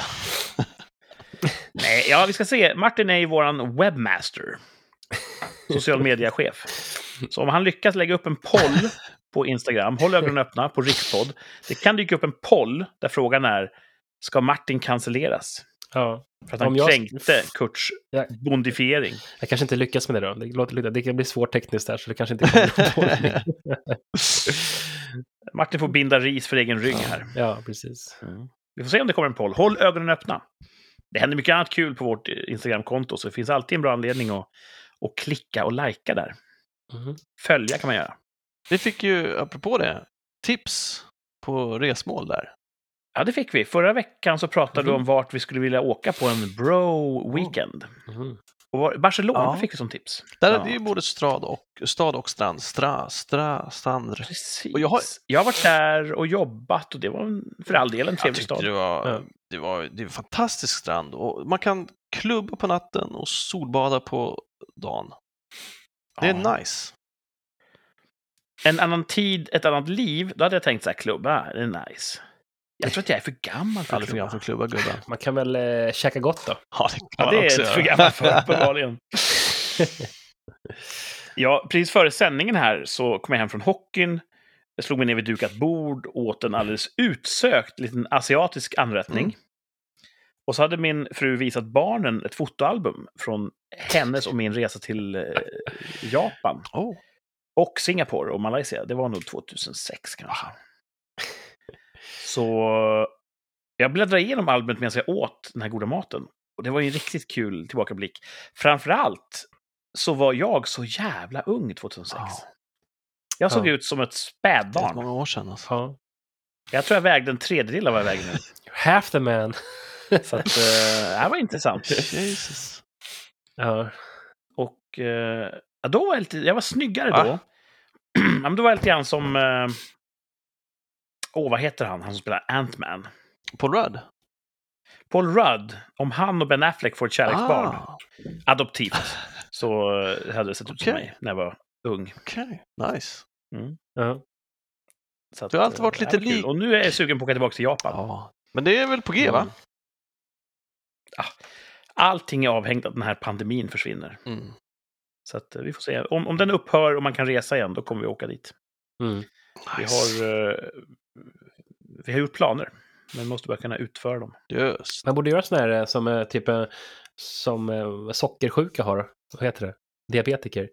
Nej, vi ska se. Martin är ju våran webmaster. Social media-chef. Så om han lyckas lägga upp en poll på Instagram, håll ögonen öppna på Rikspodd. Det kan dyka upp en poll där frågan är, ska Martin cancelleras? Ja. För att han Om jag- kränkte Kurts Ja. bondifiering. Jag kanske inte lyckas med det då. Det kan bli svårt tekniskt där, så det kanske inte kommer Martin får binda ris för egen rygg här. Ja, precis. Vi får se om det kommer en poll. Håll ögonen öppna. Det händer mycket annat kul på vårt Instagram-konto, så det finns alltid en bra anledning att klicka och likea där. Mhm. Följa kan man göra. Vi fick ju, apropå det, tips på resmål där. Ja, det fick vi. Förra veckan så pratade vi om vart vi skulle vilja åka på en bro-weekend. Mhm. Och Barcelona Ja. fick vi som tips. Där Ja. är det ju både stad och strand. Strand. Precis. Och jag har varit där och jobbat och det var för all del en Jag trevlig tyckte stad. det var en fantastisk strand. Och man kan klubba på natten och solbada på dagen. Det är Ja. nice. En annan tid, ett annat liv, då hade jag tänkt så här, klubba, det är nice. Jag tror att jag är för gammal för att Aldrig för gammal klubba. för att klubba, gubben. Man kan väl käka gott då? Ja, det kan Ja, man det också är för göra. gammal för, uppenbarligen. Ja, precis före sändningen här så kom jag hem från hockeyn. Jag slog mig ner vid dukat bord och åt en alldeles utsökt liten asiatisk anrättning. Och så hade min fru visat barnen ett fotoalbum från hennes och min resa till Japan. Och Singapore och Malaysia. Det var nog 2006 kanske. Så jag bläddrade igenom albumet medan jag åt den här goda maten. Och det var ju en riktigt kul tillbakablick. Framförallt så var jag så jävla ung 2006. Jag såg ut som ett spädbarn. Det är många år sedan alltså. Jag tror jag vägde en tredjedel av vad jag vägde nu. Half the man. Så att, det här var intressant. Jesus. Ja. Och då var jag var snyggare då. Men då var jag lite grann som... vad heter han? Han som spelar Ant-Man. Paul Rudd. Paul Rudd. Om han och Ben Affleck får ett kärleksbarn. Adoptivt. Så hade det sett ut som mig när jag var ung. Okej, nice. Ja. Så att, du har alltid varit lite lik. Och nu är jag sugen på att åka tillbaka till Japan. Ja. Men det är väl på G, va? Allting är avhängt av den här pandemin försvinner. Så att vi får se. Om den upphör och man kan resa igen, då kommer vi åka dit. Nice. Vi har gjort planer, men måste bara kunna utföra dem. Just. Man borde göra sån här som typ som sockersjuka har. Vad heter det? Diabetiker.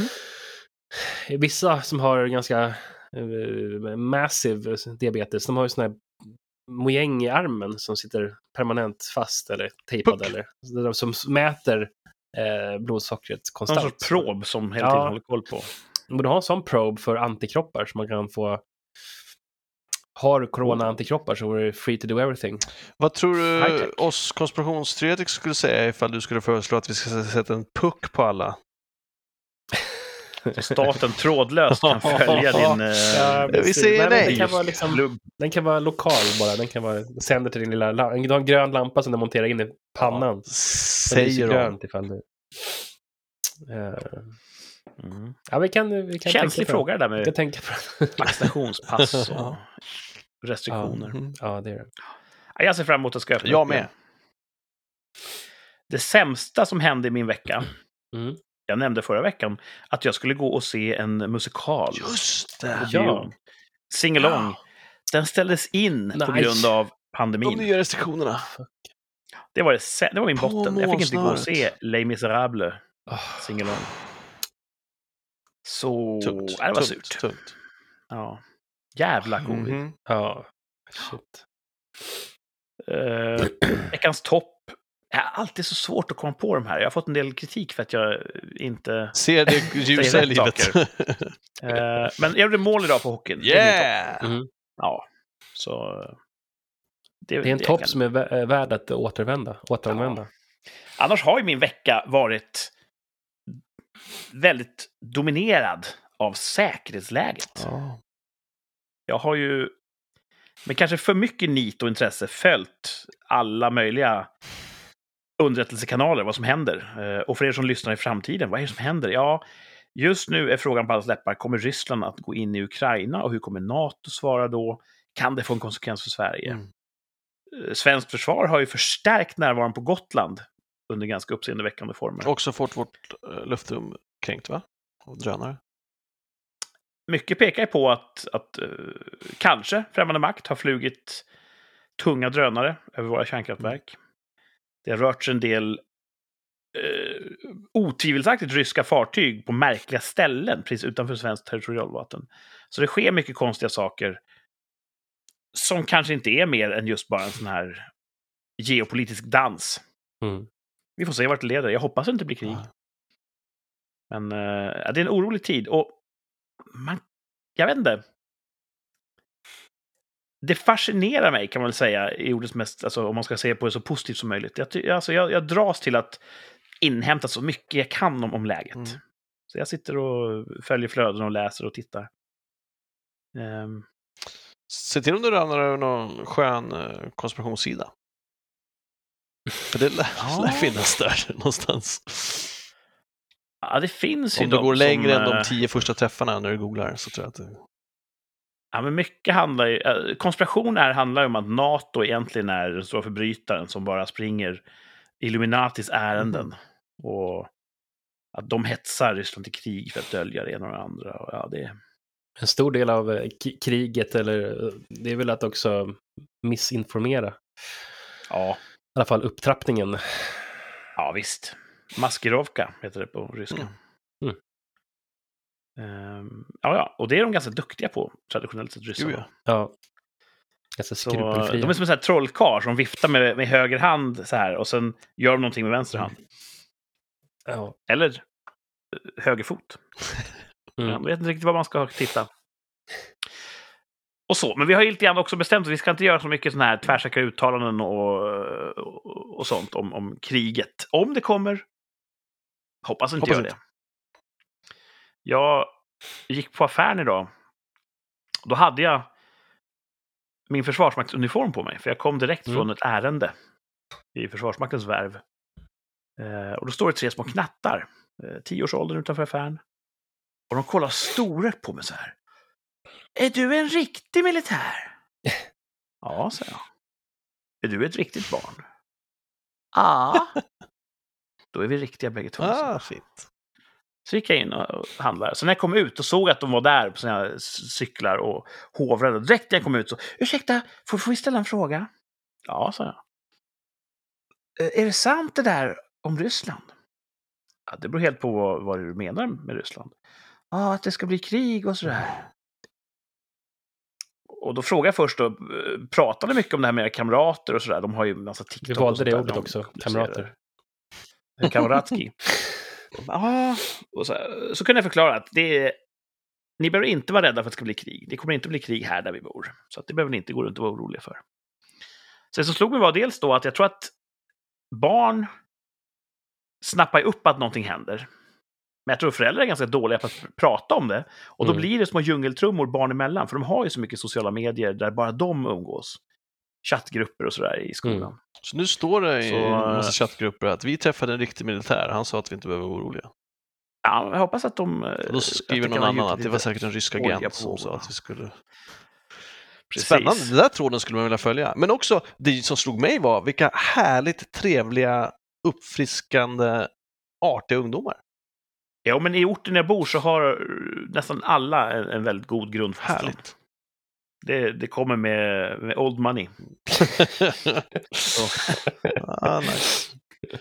Vissa som har ganska massive diabetes, de har ju sån här mojäng i armen som sitter permanent fast eller tejpad eller som mäter blodsockret konstant. Någon sorts prob som hela tiden håller koll på. Man borde ha en sån probe för antikroppar så man kan få... Har corona antikroppar så är det free to do everything. Vad tror du oss konspirationsteoretiker skulle säga ifall du skulle föreslå att vi ska sätta en puck på alla? Staten trådlöst kan följa din... vi säger nej. Den kan vara lokal bara. Den kan vara sänder till din lilla... Du har en grön lampa som du monterar in i pannan. Säger grönt ifall du... Ja, vi kan känslig fråga där med vaccinationspass och restriktioner. Ja, det är det. Jag ser fram emot att ska öppna. Jag med. Det sämsta som hände i min vecka, jag nämnde förra veckan, att jag skulle gå och se en musikal. Just det. Ja. Sing-along. Den ställdes in på grund av pandemin. De nya restriktionerna. Det var min botten. Jag fick inte gå och se Les Misérables sing-along. Så det var surt. Tungt. Ja. Jävla covid. Ja. Shit. Veckans topp. Jag har alltid så svårt att komma på de här. Jag har fått en del kritik för att jag inte ser det ljusa i livet. Men jag gjorde mål idag på hockeyn. Yeah! Ja. Så det är en topp som är värd att återanvända. Ja. Annars har ju min vecka varit väldigt dominerad av säkerhetsläget. Jag har ju med kanske för mycket nit och intresse följt alla möjliga underrättelsekanaler, vad som händer. Och för er som lyssnar i framtiden, vad är det som händer? Ja, just nu är frågan på alla läppar, kommer Ryssland att gå in i Ukraina och hur kommer NATO svara då? Kan det få en konsekvens för Sverige? Svenskt försvar har ju förstärkt närvaron på Gotland under ganska uppseendeväckande former. Också fått vårt luftrum kränkt, va? Och drönare. Mycket pekar på att kanske främmande makt har flugit tunga drönare över våra kärnkraftverk. Det har rört sig en del otvivelaktigt ryska fartyg på märkliga ställen precis utanför svenskt territorialvatten. Så det sker mycket konstiga saker som kanske inte är mer än just bara en sån här geopolitisk dans. Vi får se vart det leder. Jag hoppas det inte blir krig. Men det är en orolig tid. Och jag vet inte. Det fascinerar mig, kan man väl säga, i ordets mest, alltså, om man ska se på det så positivt som möjligt. Jag dras till att inhämta så mycket jag kan om läget. Så jag sitter och följer flöden och läser och tittar. Se till om du ramlar över någon skön konspirationssida. För det lär finnas där någonstans. Ja, det finns ju. Om du går längre än de 10 första träffarna när du googlar så tror jag att det... Ja, men mycket handlar ju... Konspiration handlar ju om att NATO egentligen är den stora förbrytaren som bara springer Illuminatis ärenden. Och att de hetsar Ryssland till krig för att dölja det ena och det andra. Och ja, det... En stor del av kriget, eller det är väl att också missinformera. Ja. alla fall upptrappningen. Ja, visst. Maskirovka heter det på ryska. Ja, och det är de ganska duktiga på, traditionellt sett, ryssarna. Ja. Ja. Ganska skrupelfria. De är som en sån här trollkarl som viftar med höger hand så här, och sen gör de någonting med vänster hand. Ja. Eller höger fot. Jag vet inte riktigt vad man ska titta. Och så, men vi har ju lite grann också bestämt att vi ska inte göra så mycket såna här tvärsäkra uttalanden och sånt om kriget. Om det kommer, hoppas inte göra det. Jag gick på affären idag. Då hade jag min försvarsmaktsuniform på mig, för jag kom direkt från ett ärende i Försvarsmaktens värv. Och då står det 3 små knattar, 10-årsåldern utanför affären. Och de kollar storögt på mig så här. Är du en riktig militär? Ja, sa jag. Är du ett riktigt barn? Ja. Då är vi riktiga bägge två. Fint. Så gick jag in och handlade. Så när jag kom ut och såg att de var där på sina cyklar och hovrade. Direkt när jag kom ut så, ursäkta, får vi ställa en fråga? Ja, sa jag. Är det sant det där om Ryssland? Ja, det beror helt på vad du menar med Ryssland. Ja, att det ska bli krig och sådär. Och då frågade jag först då, pratade mycket om det här med kamrater och sådär. De har ju en massa TikTok. Vi valde det ordet också, kamrater. Kamratski. Ja, och så kunde jag förklara att ni behöver inte vara rädda för att det ska bli krig. Det kommer inte bli krig här där vi bor. Så att det behöver ni inte gå runt och vara oroliga för. Så det som slog mig var dels då att jag tror att barn snappar upp att någonting händer. Men jag tror föräldrar är ganska dåliga på att prata om det. Och då blir det små djungeltrummor barn emellan. För de har ju så mycket sociala medier där bara de umgås. Chattgrupper och sådär i skolan. Så nu står det i en massa chattgrupper att vi träffade en riktig militär. Han sa att vi inte behöver vara oroliga. Ja, jag hoppas att de... Och då skriver någon annan att det var säkert en rysk agent som sa att vi skulle... Precis. Spännande, den där tråden skulle man vilja följa. Men också, det som slog mig var vilka härligt trevliga, uppfriskande, artiga ungdomar. Ja, men i orten jag bor så har nästan alla en väldigt god grundfostran. Härligt. Det kommer med old money. Nice.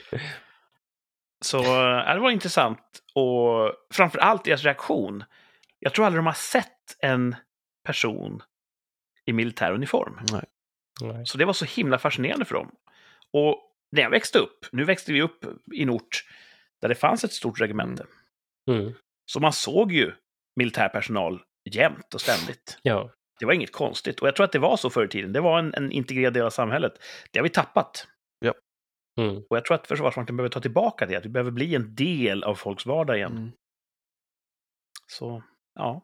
Så det var intressant. Och framförallt deras reaktion. Jag tror aldrig de har sett en person i militär uniform. Nej. Så det var så himla fascinerande för dem. Och när jag växte upp, nu växte vi upp i en ort där det fanns ett stort regemente. Så man såg ju militärpersonal jämt och ständigt. Ja. Det var inget konstigt. Och jag tror att det var så förr i tiden. Det var en integrerad del av samhället. Det har vi tappat. Ja. Och jag tror att Försvarsmakten behöver ta tillbaka det. Att vi behöver bli en del av folks vardag igen. Så, ja.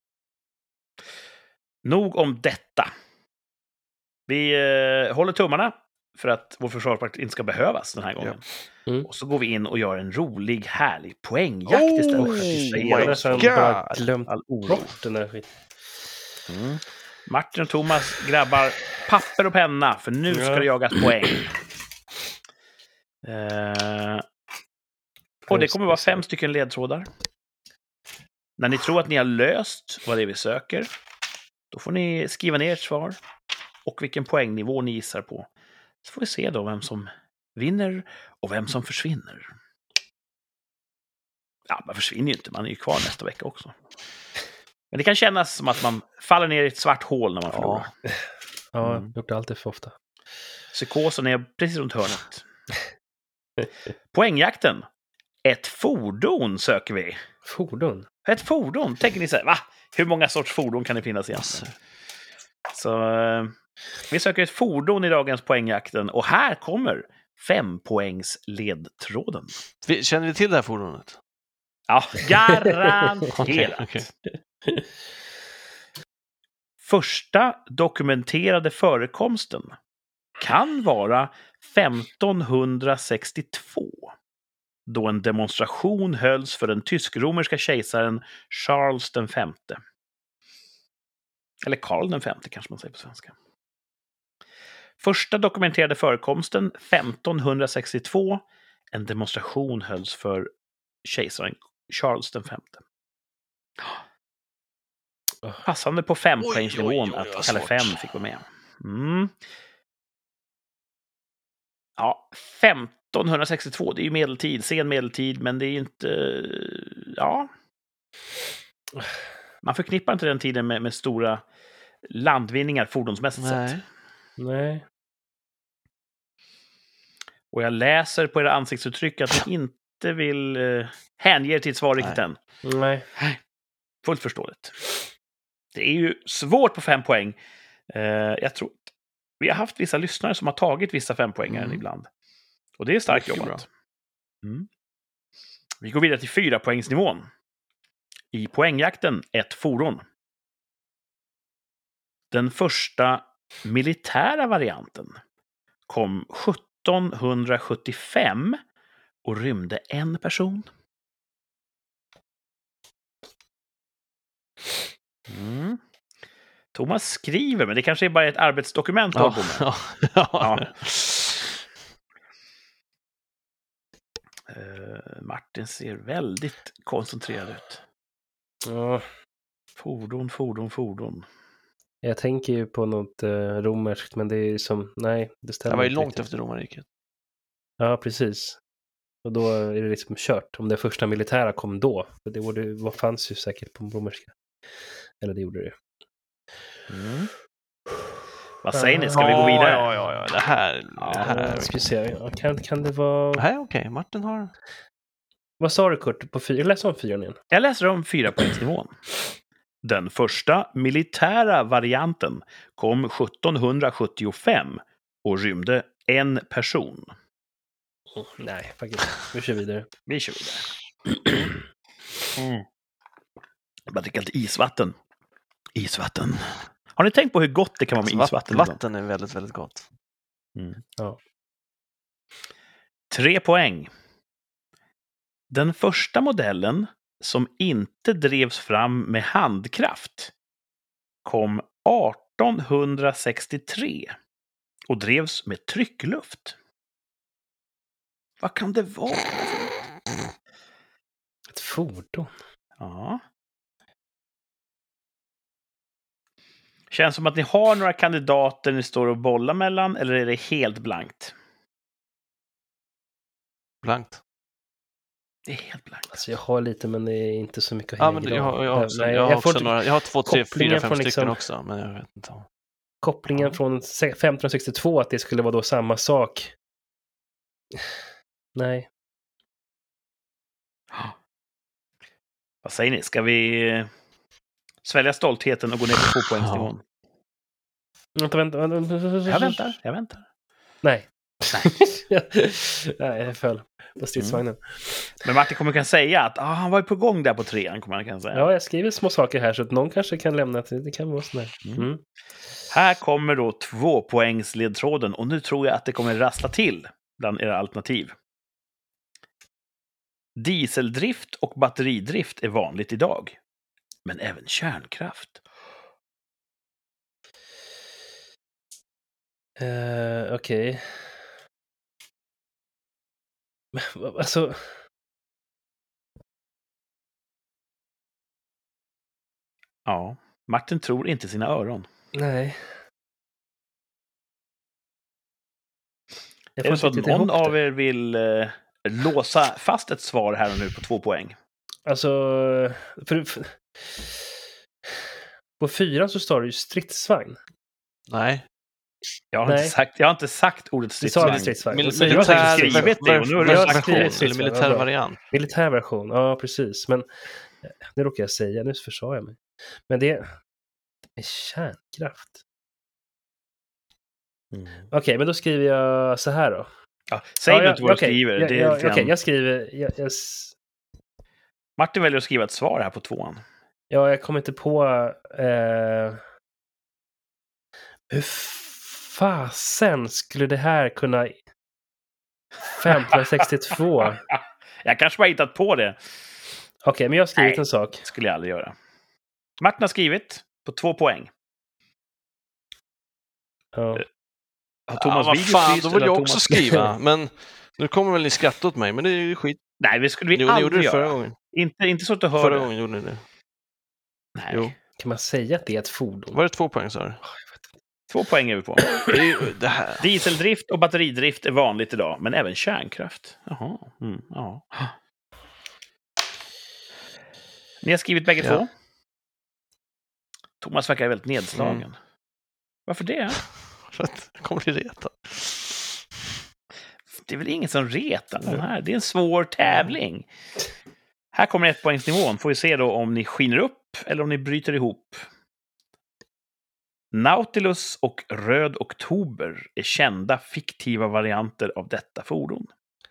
Nog om detta. Vi håller tummarna för att vår Försvarsmakt inte ska behövas den här gången. Och så går vi in och gör en rolig, härlig poängjakt istället. Jag har bara glömt bort den här skiten. Martin och Thomas grabbar papper och penna, för nu ska det jagas poäng. Och det kommer vara 5 stycken ledtrådar. När ni tror att ni har löst vad det är vi söker, då får ni skriva ner ert svar och vilken poängnivå ni gissar på. Så får vi se då vem som vinner och vem som försvinner. Ja, man försvinner ju inte, man är ju kvar nästa vecka också. Men det kan kännas som att man faller ner i ett svart hål när man förlorar. Ja, jag har gjort det alltid för ofta. Psykosen är precis runt hörnet. Poängjakten. Ett fordon söker vi. Fordon? Ett fordon? Tänker ni så här, va? Hur många sorts fordon kan det finnas egentligen? Så vi söker ett fordon i dagens poängjakten. Och här kommer 5-poängs ledtråden. Känner vi till det här fordonet? Ja, garanterat. Okay. Första dokumenterade förekomsten kan vara 1562, då en demonstration hölls för den tysk-romerska kejsaren Charles V. Eller Karl V kanske man säger på svenska. Första dokumenterade förekomsten 1562, en demonstration hölls för kejsaren Charles V. Passande på 5-poängsnivån att Kalle 5 fick vara med. Ja, 1562. Det är ju medeltid, sen medeltid, men det är ju inte... Ja. Man förknippar inte den tiden med stora landvinningar fordonsmässigt sett. Nej. Och jag läser på era ansiktsuttryck att ni inte vill hänge er till ett svar riktigt än. Nej. Fullt förståeligt. Det är ju svårt på 5 poäng. Jag tror vi har haft vissa lyssnare som har tagit vissa 5-poängare ibland. Och det är starkt jobbat. Vi går vidare till 4-poängsnivån. I poängjakten ett fordon. Den första militära varianten kom 1775 och rymde en person. Thomas skriver, men det kanske är bara ett arbetsdokument. Ja. Martin ser väldigt koncentrerad ut. Ja. Fordon. Jag tänker ju på något romerskt, men det är som... Nej, det stämmer. Det var ju inte långt riktigt. efter romarriket. Ja, precis. Och då är det liksom kört. Om det första militära kom då. För det fanns ju säkert på romerska. Eller det gjorde det. Vad säger ni? Ska vi gå vidare? Ja. Det här Ska vi se. Ja, kan det vara... Nej, okej. Martin har... Vad sa du, Kurt? På 4? Läs om 4 igen. Jag läser om 4-poängsnivån. Den första militära varianten kom 1775 och rymde en person. Nej, faktiskt. Vi kör vidare. Jag bara dricker lite isvatten. Har ni tänkt på hur gott det kan vara med isvatten? Vatten är väldigt, väldigt gott. Ja. 3 poäng. Den första modellen som inte drevs fram med handkraft kom 1863 och drevs med tryckluft. Vad kan det vara? Ett fordon. Ja. Känns som att ni har några kandidater ni står och bollar mellan, eller är det helt blankt? Blankt. Det är helt blankt. Alltså jag har lite, men det är inte så mycket att Ja, hänga men i. jag har 2, 3, 4, 5 stycken också, men jag vet inte. Kopplingen från 1562, att det skulle vara då samma sak. Nej. Vad säger ni? Ska vi svälja stoltheten och gå ner på 2-poängsnivån? Vänta. Jag väntar. Nej. Nej, jag föll på stridsvagnen. Men Martin kommer kan säga att han var ju på gång där på 3. Kommer han kan säga. Ja, jag skriver små saker här så att någon kanske kan lämna det. Det kan vara sån här. Här kommer då 2-poängsledtråden och nu tror jag att det kommer rassla till bland era alternativ. Dieseldrift och batteridrift är vanligt idag, men även kärnkraft. Okej. Alltså... Ja, Martin tror inte sina öron. Nej. Är det så att någon av er vill låsa fast ett svar här och nu på 2 poäng? Alltså... På 4 så står det ju stridsvagn. Nej. Jag har inte sagt ordet stridsvagn. Militär variant. Militär version, ja precis. Men det råkar jag säga, nu försade jag mig. Men det är kärnkraft. Okej, men då skriver jag så här då. Ja, säg nu inte vad du skriver. Okej, jag skriver... Martin väljer att skriva ett svar här på 2:an. Ja, jag kommer inte på... Hur fasen skulle det här kunna... 1562? Jag kanske bara hittat på det. Okej, men jag har skrivit en sak. Det skulle jag aldrig göra. Martin har skrivit på 2 poäng. Ja. Har Thomas vad fan, då vill jag också skriva. Men nu kommer väl ni skratta åt mig, men det är ju skit. Nej, det skulle vi aldrig gjorde det göra. Förra gången. Inte så att du hör Förra gången gjorde ni det. Nej. Jo. Kan man säga att det är ett fordon? Var det 2 poäng, sa du? 2 poäng är vi på. Det här. Dieseldrift och batteridrift är vanligt idag, men även kärnkraft. Jaha. Ja. Ni har skrivit bägge två. Thomas verkar väldigt nedslagen. Varför det? För att jag kommer bli retad. Det är väl ingen som retar den här. Det är en svår tävling. Här kommer 1-poängsnivån. Får vi se då om ni skiner upp eller om ni bryter ihop. Nautilus och Röd Oktober är kända fiktiva varianter av detta fordon.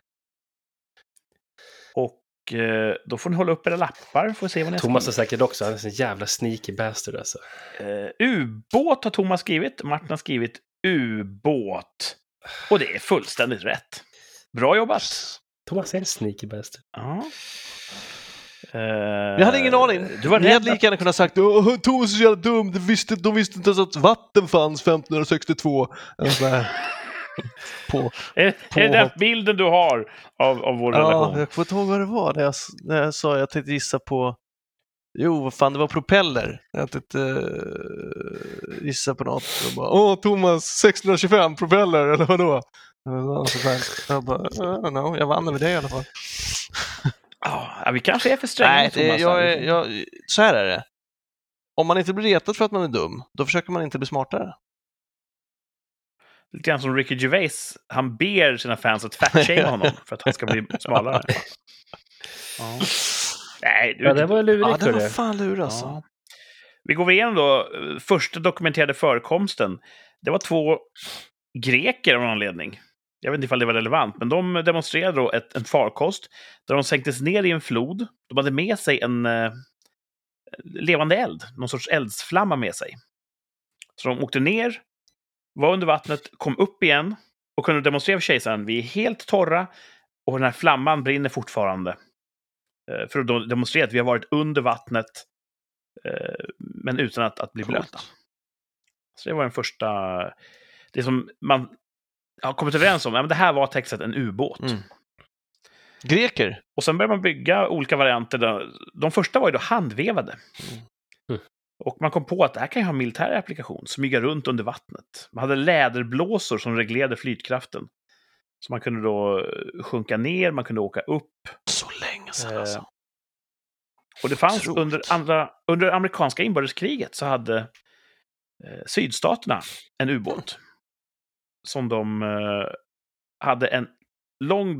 Och då får ni hålla upp era lappar. Får se vad ni Thomas har säkert också. Han är en jävla sneaky bastard alltså. Ubåt har Thomas skrivit. Martin har skrivit ubåt. Och det är fullständigt rätt. Bra jobbat. Thomas är en sneaky bastard. Ja. Jag hade ingen aning. Ni hade lika gärna kunnat sagt Thomas är så jävla dum. De visste inte ens att vatten fanns 1562. Är det den bilden du har av vår relation? Ja, jag får inte ihåg vad det var när jag sa jag tänkte gissa på. Jo, vad fan, det var propeller. Jag tänkte gissa på något. Jag bara, Thomas, 625 propeller, eller vadå? Jag bara, jag vann med det i alla fall. Ja, vi kanske är för stränga. Nej, så här är det. Om man inte blir retad för att man är dum, då försöker man inte bli smartare. Lite grann som Ricky Gervais. Han ber sina fans att fat-shama honom för att han ska bli smalare. Ja. Nej, det var lurigt. Ja, det var fan lurigt alltså. Ja. Vi går igenom då första dokumenterade förekomsten. Det var 2 greker av någon anledning. Jag vet inte ifall det var relevant, men de demonstrerade då en farkost där de sänktes ner i en flod. De hade med sig en levande eld, någon sorts eldsflamma med sig. Så de åkte ner, var under vattnet, kom upp igen och kunde demonstrera för kejsaren. Vi är helt torra och den här flamman brinner fortfarande. För att demonstrera att vi har varit under vattnet men utan att bli blöta. Så det var den första... Det som man har kommit överens om, men det här var textat en ubåt. Greker. Och sen började man bygga olika varianter. De första var ju då handvevade. Och man kom på att det här kan ju ha en militär applikation, smyga runt under vattnet. Man hade läderblåsor som reglerade flytkraften. Så man kunde då sjunka ner, man kunde åka upp. Så länge sedan alltså. Och det fanns under amerikanska inbördeskriget så hade sydstaterna en ubåt. Som de hade en lång,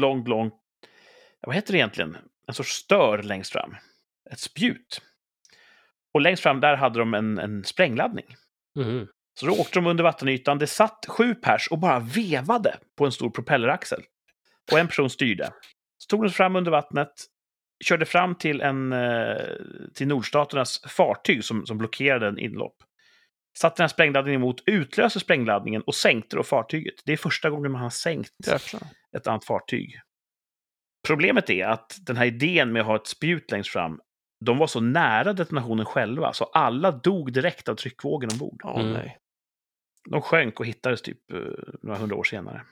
vad heter det egentligen? En sorts stör längst fram. Ett spjut. Och längst fram där hade de en sprängladdning. Så då åkte de under vattenytan. Det satt 7 pers och bara vevade på en stor propelleraxel. Och en person styrde. Så tog de fram under vattnet. Körde fram till till nordstaternas fartyg som blockerade en inlopp. Satte den här sprängladdningen emot, utlöste sprängladdningen och sänkte då fartyget. Det är första gången man har sänkt ett annat fartyg. Problemet är att den här idén med att ha ett spjut längst fram, de var så nära detonationen själva så alla dog direkt av tryckvågen ombord. Nej. De sjönk och hittades typ några 100 år senare.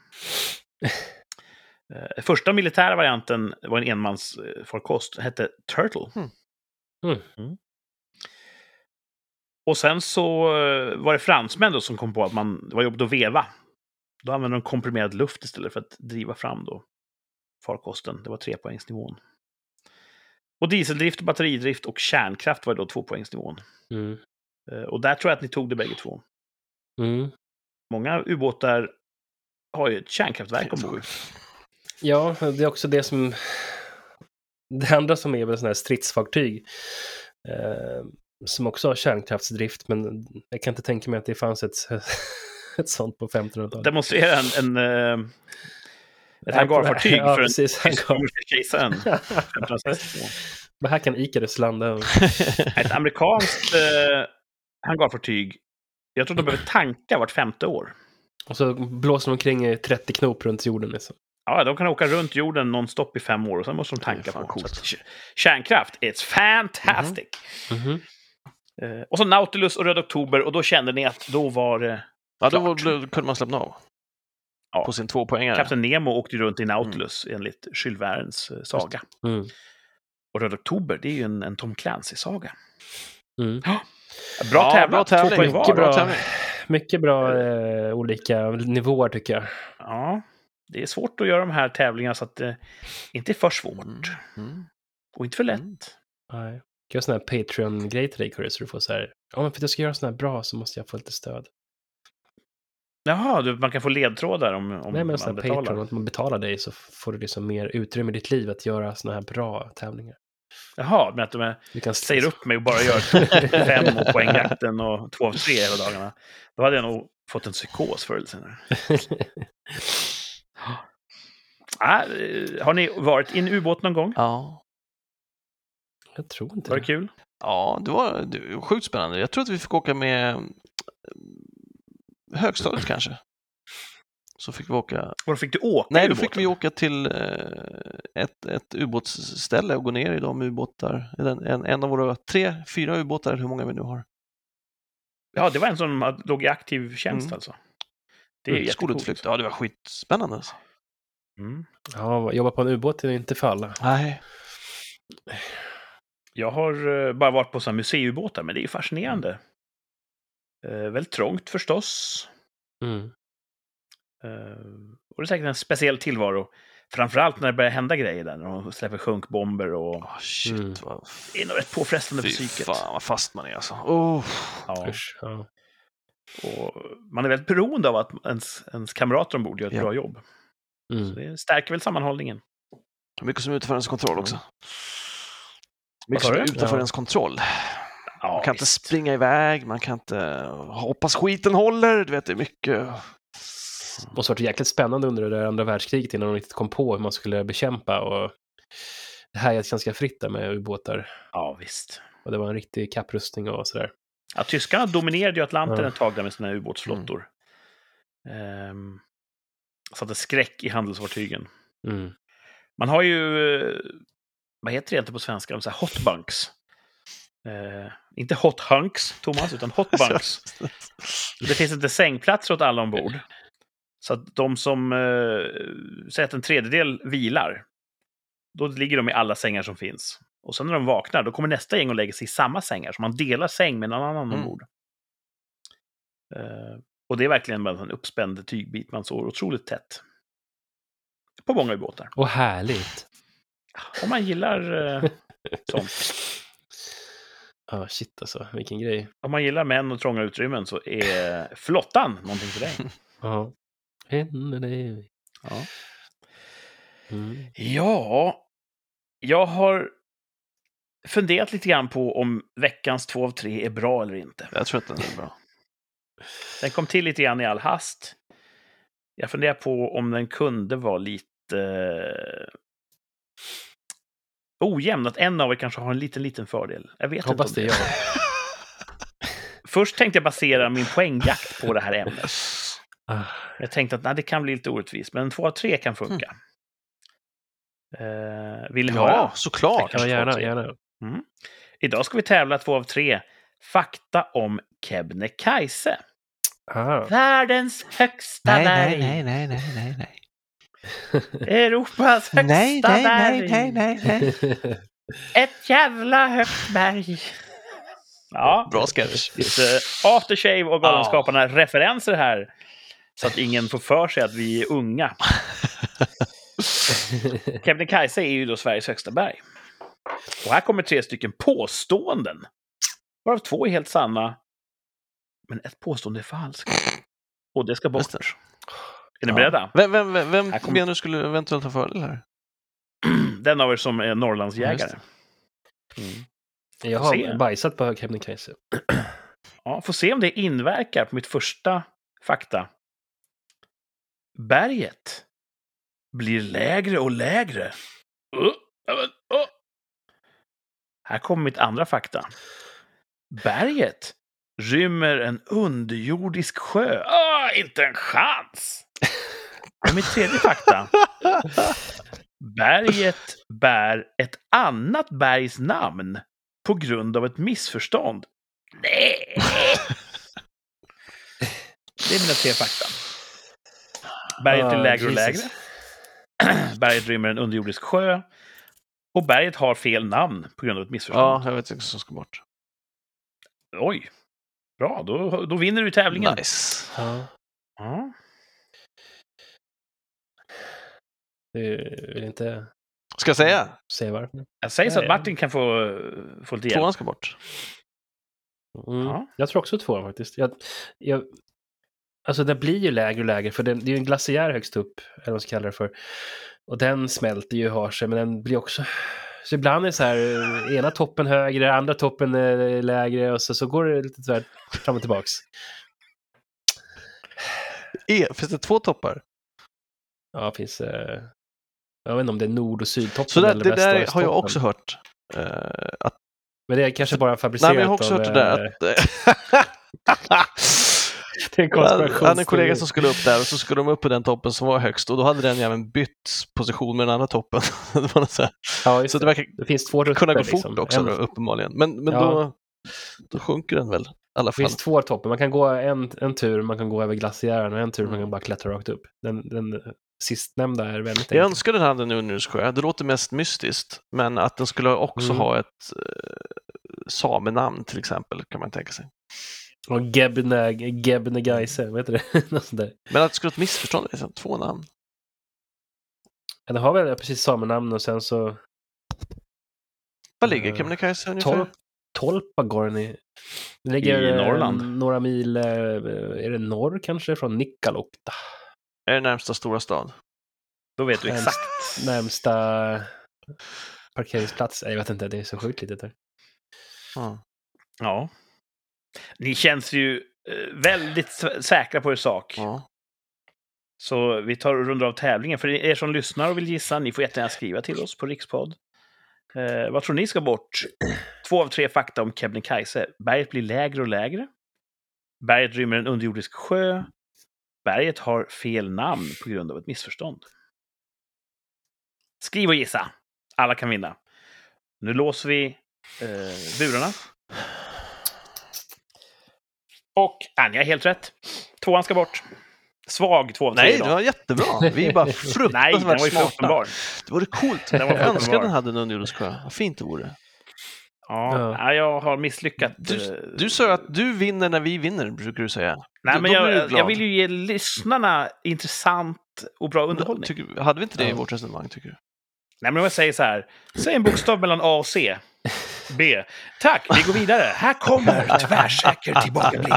Första militära varianten var en enmansfarkost. Den hette Turtle. Och sen så var det fransmän då som kom på att det var jobbigt att veva. Då använde de komprimerad luft istället för att driva fram då farkosten. Det var 3-poängsnivån. Och dieseldrift, batteridrift och kärnkraft var då 2-poängsnivån. Och där tror jag att ni tog det bägge två. Många ubåtar har ju ett kärnkraftverk ombord. Ja, det är också det som... Det andra som är väl sådana här stridsfartyg. Som också har kärnkraftsdrift, men jag kan inte tänka mig att det fanns ett sånt på 1500-talet. Demonstrera ett hangarfartyg för den kejsaren. Men här kan Icarus landa. Ett amerikanskt hangarfartyg. Jag tror de behöver tanka vart 5:e år. Och så blåser de omkring 30 knop runt jorden. Liksom. Ja, de kan åka runt jorden non-stop i 5 år och sen måste de tanka på. Kärnkraft, it's fantastic! Och så Nautilus och Röd Oktober, och då kände ni att då var det då kunde man släppa av. Ja. På sin 2-poängare. Kapten Nemo åkte runt i Nautilus enligt Jules Vernes saga. Och Röd Oktober, det är ju en Tom Clancy-saga. Bra tävling. mycket bra olika nivåer tycker jag. Ja, det är svårt att göra de här tävlingarna så att det inte är för svårt. Och inte för lätt. Nej. Gör sån här Patreon-grej till dig, Curry, så du får så här, ja men för att jag ska göra sån här bra så måste jag få lite stöd. Jaha, man kan få ledtrådar om Nej, men man sån här betalar. Patreon, att man betalar dig så får du liksom mer utrymme i ditt liv att göra såna här bra tävlingar. Jaha, men att de Du kan säger upp mig och bara gör 5 och poängjakten och 2 av 3 hela dagarna. Då hade jag nog fått en psykos förr eller senare. Har ni varit i en ubåt någon gång? Ja. Jag tror inte Var det kul? Ja, det var sjukt spännande. Jag tror att vi fick åka med högstadiet kanske. Så fick vi åka... Var fick du åka? Nej, då fick vi åka till ett ubåtsställe och gå ner i de ubåtar. En av våra 3-4 ubåtar, hur många vi nu har. Ja, det var en som låg i aktiv tjänst alltså. Det är jättekult. Skolutflykt. Ja, det var skitspännande. Alltså. Ja, jobba på en ubåt är inte för alla. Nej. Jag har bara varit på sådana museiubåtar, men det är ju fascinerande. Väldigt trångt förstås. Och det är säkert en speciell tillvaro. Framförallt när det börjar hända grejer där. När de släpper sjunkbomber och... Det är nog rätt påfrestande för psyket. Fan vad fast man är alltså. Ja. Och man är väldigt beroende av att ens kamrater ombord gör ett bra jobb. Så det stärker väl sammanhållningen. Mycket som är utanför ens kontroll också. Mycket som är utanför ens kontroll. Ja, man kan inte springa iväg, man kan inte hoppas skiten håller. Du vet, det är mycket... Det måste ha varit jäkligt spännande under det där andra världskriget innan de riktigt kom på hur man skulle bekämpa. Och det här är ganska fritt där med ubåtar. Ja, visst. Och det var en riktig kapprustning och sådär. Ja, tyskarna dominerade ju Atlanten ett tag där med sina ubåtsflottor. Satte skräck i handelsfartygen. Man har ju, vad heter det egentligen på svenska? Så här hotbunks. Inte hot hunks, Thomas, utan hotbunks. Det finns inte sängplatser åt alla ombord. Så att de som säger att en tredjedel vilar, då ligger de i alla sängar som finns. Och sen när de vaknar, då kommer nästa gäng och lägger sig i samma sängar. Så man delar säng med någon annan ombord. Och det är verkligen bara en uppspänd tygbit. Man sover otroligt tätt. På många ubåtar. Och härligt. Om man gillar sånt. Ja, shit alltså. Vilken grej. Om man gillar män och trånga utrymmen så är flottan någonting för dig. Ja. Ja. Ja, jag har funderat lite grann på om veckans 2 av 3 är bra eller inte. Jag tror att den är bra. Den kom till lite grann i all hast. Jag funderar på om den kunde vara lite ojämn. Att en av er kanske har en liten fördel. Jag vet hoppas inte det. Först tänkte jag basera min poängjakt på det här ämnet. Jag tänkte att det kan bli lite orättvist. Men 2 av 3 kan funka. Vill ni höra? Ja, såklart. Ja, gärna. Idag ska vi tävla 2 av 3. Fakta om Kebnekaise. Världens högsta berg. Nej. Europas högsta berg. Nej. Ett jävla högt berg. Ja, bra sketch. Lite Aftershave och Galenskaparna referenser här. Så att ingen får för sig att vi är unga. Kebnekaise är ju då Sveriges högsta berg. Och här kommer 3 stycken påståenden. Varav 2 är helt sanna. Men ett påstående är falskt. Och det ska bort. Är ni beredda? Vem menar du skulle eventuellt ha fördel här? Den av er som är Norrlandsjägare. Jag har bajsat på Kebnekaise. Ja, får se om det inverkar på mitt första fakta. Berget blir lägre och lägre. Här kommer mitt andra fakta. Berget rymmer en underjordisk sjö. Inte en chans! Och mitt tredje fakta. Berget bär ett annat bergs namn på grund av ett missförstånd. Nej! Det är mina 3 fakta. Berget är lägre och lägre. Berget rymmer en underjordisk sjö. Och berget har fel namn på grund av ett missförstånd. Ja, jag vet inte vad som ska bort. Oj. Bra, då vinner du tävlingen. Nice. Ja. Du vill inte Ska jag säga? säga varför? Jag säger så att Martin kan få lite hjälp. Tvåan ska bort. Ja. Jag tror också 2 faktiskt. Alltså den blir ju lägre och lägre, för det är ju en glaciär högst upp, eller vad man ska kalla det för. Och den smälter ju, har sig, men den blir också... Så ibland är det så här, ena toppen högre, andra toppen lägre, och så går det lite så här fram och tillbaks. Finns det 2 toppar? Ja, finns... jag vet inte om det är nord- och sydtoppen Så eller det väst- och där har östtoppen. jag också hört. Att, Men det är kanske bara fabricerat nej, men jag har också hört det där. Det är en konspiration. Jag hade en kollega som skulle upp där och så skulle de upp på den toppen som var högst och då hade den även bytt position med den andra toppen. Det var så här. Ja, just Så det verkar det finns 2 rutter, kunna gå fort liksom. också då, uppenbarligen. Men Ja. då sjunker den väl i alla Det fall. finns 2 toppar. Man kan gå en tur, man kan gå över glaciären, och en tur man kan bara klättra rakt upp. Den sistnämnda är väldigt enkel. Jag önskar den hade en underjordssjö. Det låter mest mystiskt, men att den skulle också ha ett samenamn till exempel, kan man tänka sig. Och Gebnegeise, vad heter det? Något sånt där. Men att det skulle vara ett missförstånd, det är 2 namn. Den har väl precis samenamn, och sen så... Vad ligger Kebnekaise ungefär? Tolpagorni. Det ligger I Norrland. Några mil, är det norr kanske, från Nikkaluokta. Är det närmsta stora stad? Då vet du exakt. Närmsta parkeringsplats. Jag vet inte, det är så sjukt litet där. Ja. Ni känns ju väldigt säkra på er sak. Ja. Så vi tar och rundar av tävlingen. För er som lyssnar och vill gissa, ni får jättegärna skriva till oss på Rikspodd. Vad tror ni ska bort? 2 av 3 fakta om Kebnekaise. Berget blir lägre och lägre. Berget rymmer en underjordisk sjö. Berget har fel namn på grund av ett missförstånd. Skriv och gissa. Alla kan vinna. Nu låser vi burarna. Och Anja är helt rätt. 2 ska bort. Svag 2 av 3 Nej, idag. det var jättebra. Vi är bara Nej, den fruktansvärt var ju för smarta. uppenbar. Det vore coolt. Den var för Jag önskar uppenbar. den hade en underjordisk sjö. Vad fint det vore. Ja, jag har misslyckats. Du sa att du vinner när vi vinner, brukar du säga. Nej, men Då blir du glad. jag vill ju ge lyssnarna intressant och bra underhållning. Hade vi inte det i vårt resonemang, tycker du? Nej, men om jag säger så här. Säg en bokstav mellan A och C. B. Tack, vi går vidare. Här kommer tvärsäker tillbakablick.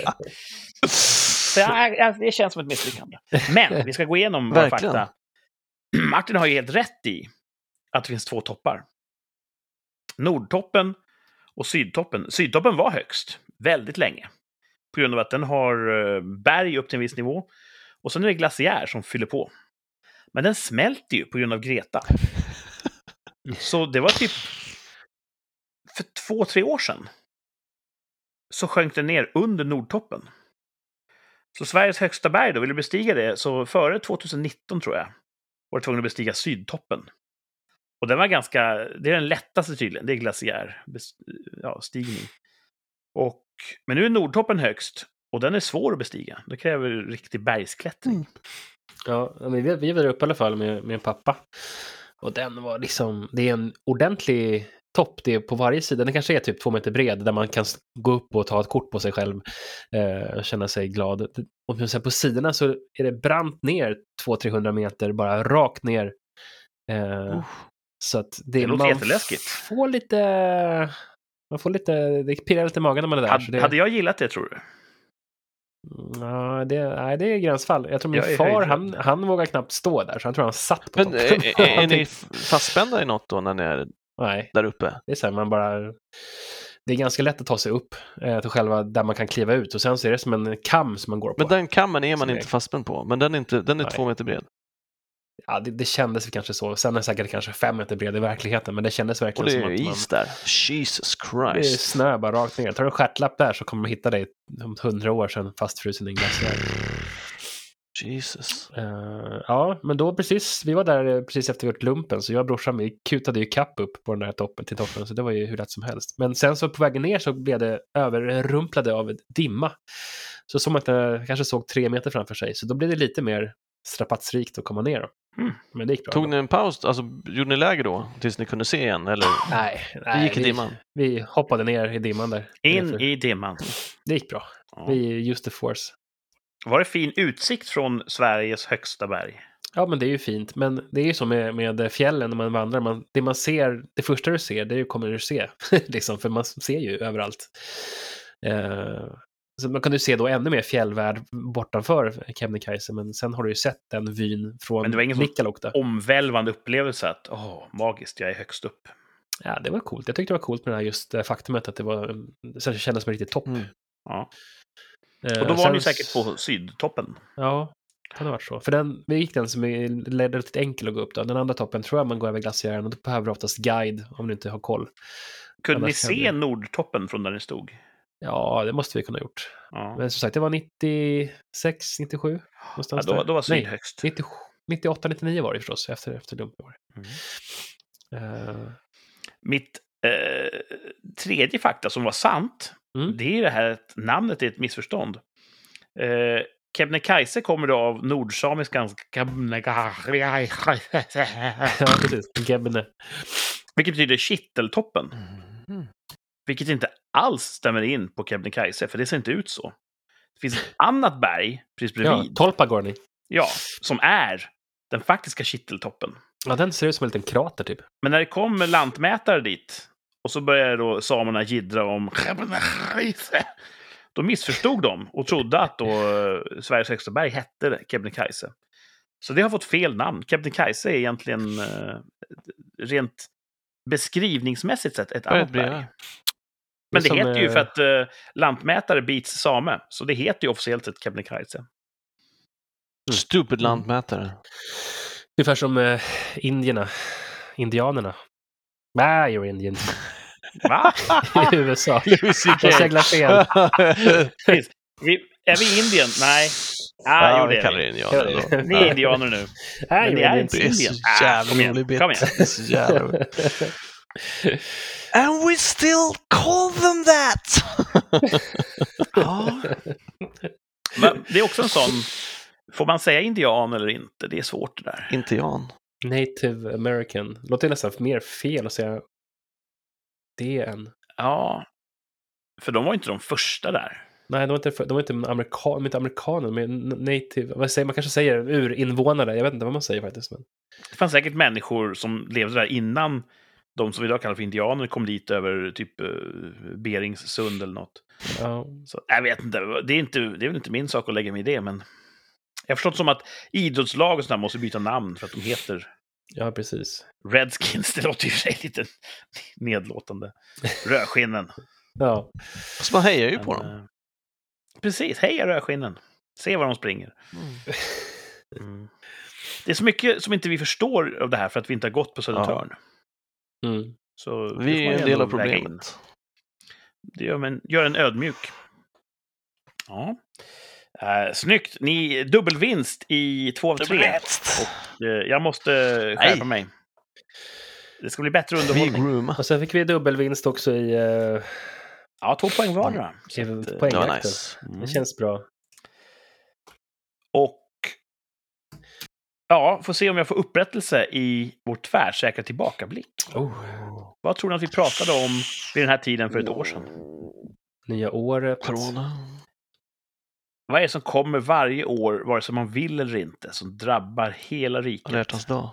Så det känns som ett misslyckande. Men vi ska gå igenom våra Verkligen. fakta. Martin har ju helt rätt i att det finns 2 toppar. Nordtoppen och Sydtoppen. Sydtoppen var högst väldigt länge. På grund av att den har berg upp till en viss nivå. Och sen är det glaciär som fyller på. Men den smälter ju på grund av Greta. Så det var typ för 2-3 år sedan så sjönk den ner under Nordtoppen. Så Sveriges högsta berg då, vill du bestiga det, så före 2019 tror jag var du tvungen att bestiga Sydtoppen. Och den var det är den lättaste tydligen, det är glaciär stigning. Men nu är Nordtoppen högst och den är svår att bestiga. Det kräver riktig bergsklättring. Ja, men vi var där uppe i alla fall med min pappa. Och den var liksom, det är en ordentlig topp, det är på varje sida. Den kanske är typ 2 meter bred, där man kan gå upp och ta ett kort på sig själv och känna sig glad. Och sen på sidorna så är det brant ner 200-300 meter, bara rakt ner. Så att det låter jätteläskigt. Man får lite, det pirrar lite i magen när man är där. Hade jag gillat det, tror du? Ja, det är gränsfall. Jag tror min far, han vågar knappt stå där, så jag tror han satt på toppen. Är ni fastspända i något då när ni är där uppe? Det är så här, det är ganska lätt att ta sig upp till själva där man kan kliva ut, och sen så är det som en kam som man går på. Men den kammen är man inte fastspänd på, men den är 2 meter bred. Ja, det kändes kanske så. Sen är det säkert kanske 5 meter bred i verkligheten, men det kändes verkligen som att Och det är is där. Jesus Christ. Det är snö bara rakt ner. Tar du en stjärtlapp där så kommer man hitta dig om 100 år sedan fastfrusen i en glaciär. Jesus. Ja, men då vi var där precis efter vårt lumpen, så jag och brorsan, vi kutade ju kapp upp på den här toppen, så det var ju hur lätt som helst. Men sen så på vägen ner så blev det överrumplade av dimma. Så som att det kanske såg 3 meter framför sig, så då blev det lite mer strapatsrikt att komma ner då. Men det gick bra. Tog ni en paus, alltså gjorde ni läger då tills ni kunde se igen? Eller? Nej, Vi gick i dimman. Vi hoppade ner i dimman där. In i dimman. Det gick bra. Ja. Vi used the force. Var det fin utsikt från Sveriges högsta berg? Ja, men det är ju fint. Men det är ju så med fjällen när man vandrar. Det man ser, det första du ser, det kommer du se. Liksom, för man ser ju överallt. Så man kan ju se då ännu mer fjällvärld bortanför Kebnekaise. Men sen har du ju sett den vyn från Nikkaluokta. Omvälvande upplevelse att, magiskt, jag är högst upp. Ja, det var coolt. Jag tyckte det var coolt med det här just faktumet att det kändes som riktigt topp. Ja. Och då var ni säkert på sydtoppen. Ja, det hade varit så. För vi gick den som ledde lite enkel att gå upp då. Den andra toppen tror jag man går över glaciären och då behöver du oftast guide om du inte har koll. Kunde ni se Nordtoppen från där ni stod? Ja, det måste vi kunna gjort. Ja. Men som sagt, det var 96, 97. Ja, då var syd högst. 98, 99 var det förstås, efter dumpen. Mitt tredje fakta som var sant, det är det här att namnet är ett missförstånd. Kebnekaise kommer då av nordsamiskans Kebne. Vilket betyder kitteltoppen. Vilket inte alls stämmer in på Kebnekaise, för det ser inte ut så. Det finns ett annat berg precis bredvid. Ja, Tolpagorni. Ja, som är den faktiska kitteltoppen. Ja, den ser ut som en liten krater typ. Men när det kommer lantmätare dit och så börjar då samerna jiddra om Kebnekaise, då missförstod de och trodde att då Sveriges högsta berg hette Kebnekaise. Så det har fått fel namn. Kebnekaise är egentligen rent beskrivningsmässigt sett ett annat berg. Men det heter ju för att lantmätare beats same, så det heter ju officiellt sett Kebnekaise. Stupid lantmätare. Ungefär som indianerna. Nej, you're Indian. Va? I USA. Jag seglar fel. Är vi i Indien? Nej. Ja, vi kallar det indianer då. Ni är indianer nu. Men det är inte Indien. Kom igen. Kom igen. And we still call them that! Men det är också en sån... Får man säga indian eller inte? Det är svårt det där. Indian. Native American. Låter nästan mer fel att säga det än. Ja. För de var inte de första där. Nej, de var inte amerikaner, men native. Vad säger man? Kanske säger urinvånare. Jag vet inte vad man säger faktiskt. Men. Det fanns säkert människor som levde där innan de som vi idag kallar för indianer kom dit över typ Beringssund eller något. Ja. Så, jag vet inte. Det är väl inte min sak att lägga mig i det, men jag har förstått som att idrottslag och sådär måste byta namn för att de heter... Ja, precis. Redskins, det låter ju sig lite nedlåtande. Rödskinnen. Ja. Så man hejar ju på dem. Precis, heja rödskinnen. Se var de springer. Det är så mycket som inte vi förstår av det här för att vi inte har gått på Södertörn. Så vi är en del av problemet. Det gör en ödmjuk. Ja. Snyggt. Ni dubbelvinst i 2 av 3. Och jag måste skärpa mig. Det ska bli bättre underhållning. Och sen fick vi dubbelvinst också i... Ja, 2 poäng vardera. Poängjakten. Nice. Det känns bra. Och ja, får se om jag får upprättelse i vår tvärsäkra tillbakablick. Vad tror ni att vi pratade om vid den här tiden för ett år sedan? Nya året. Corona. Vad är det som kommer varje år, vare sig man vill eller inte, som drabbar hela riket? Alla hjärtans dag.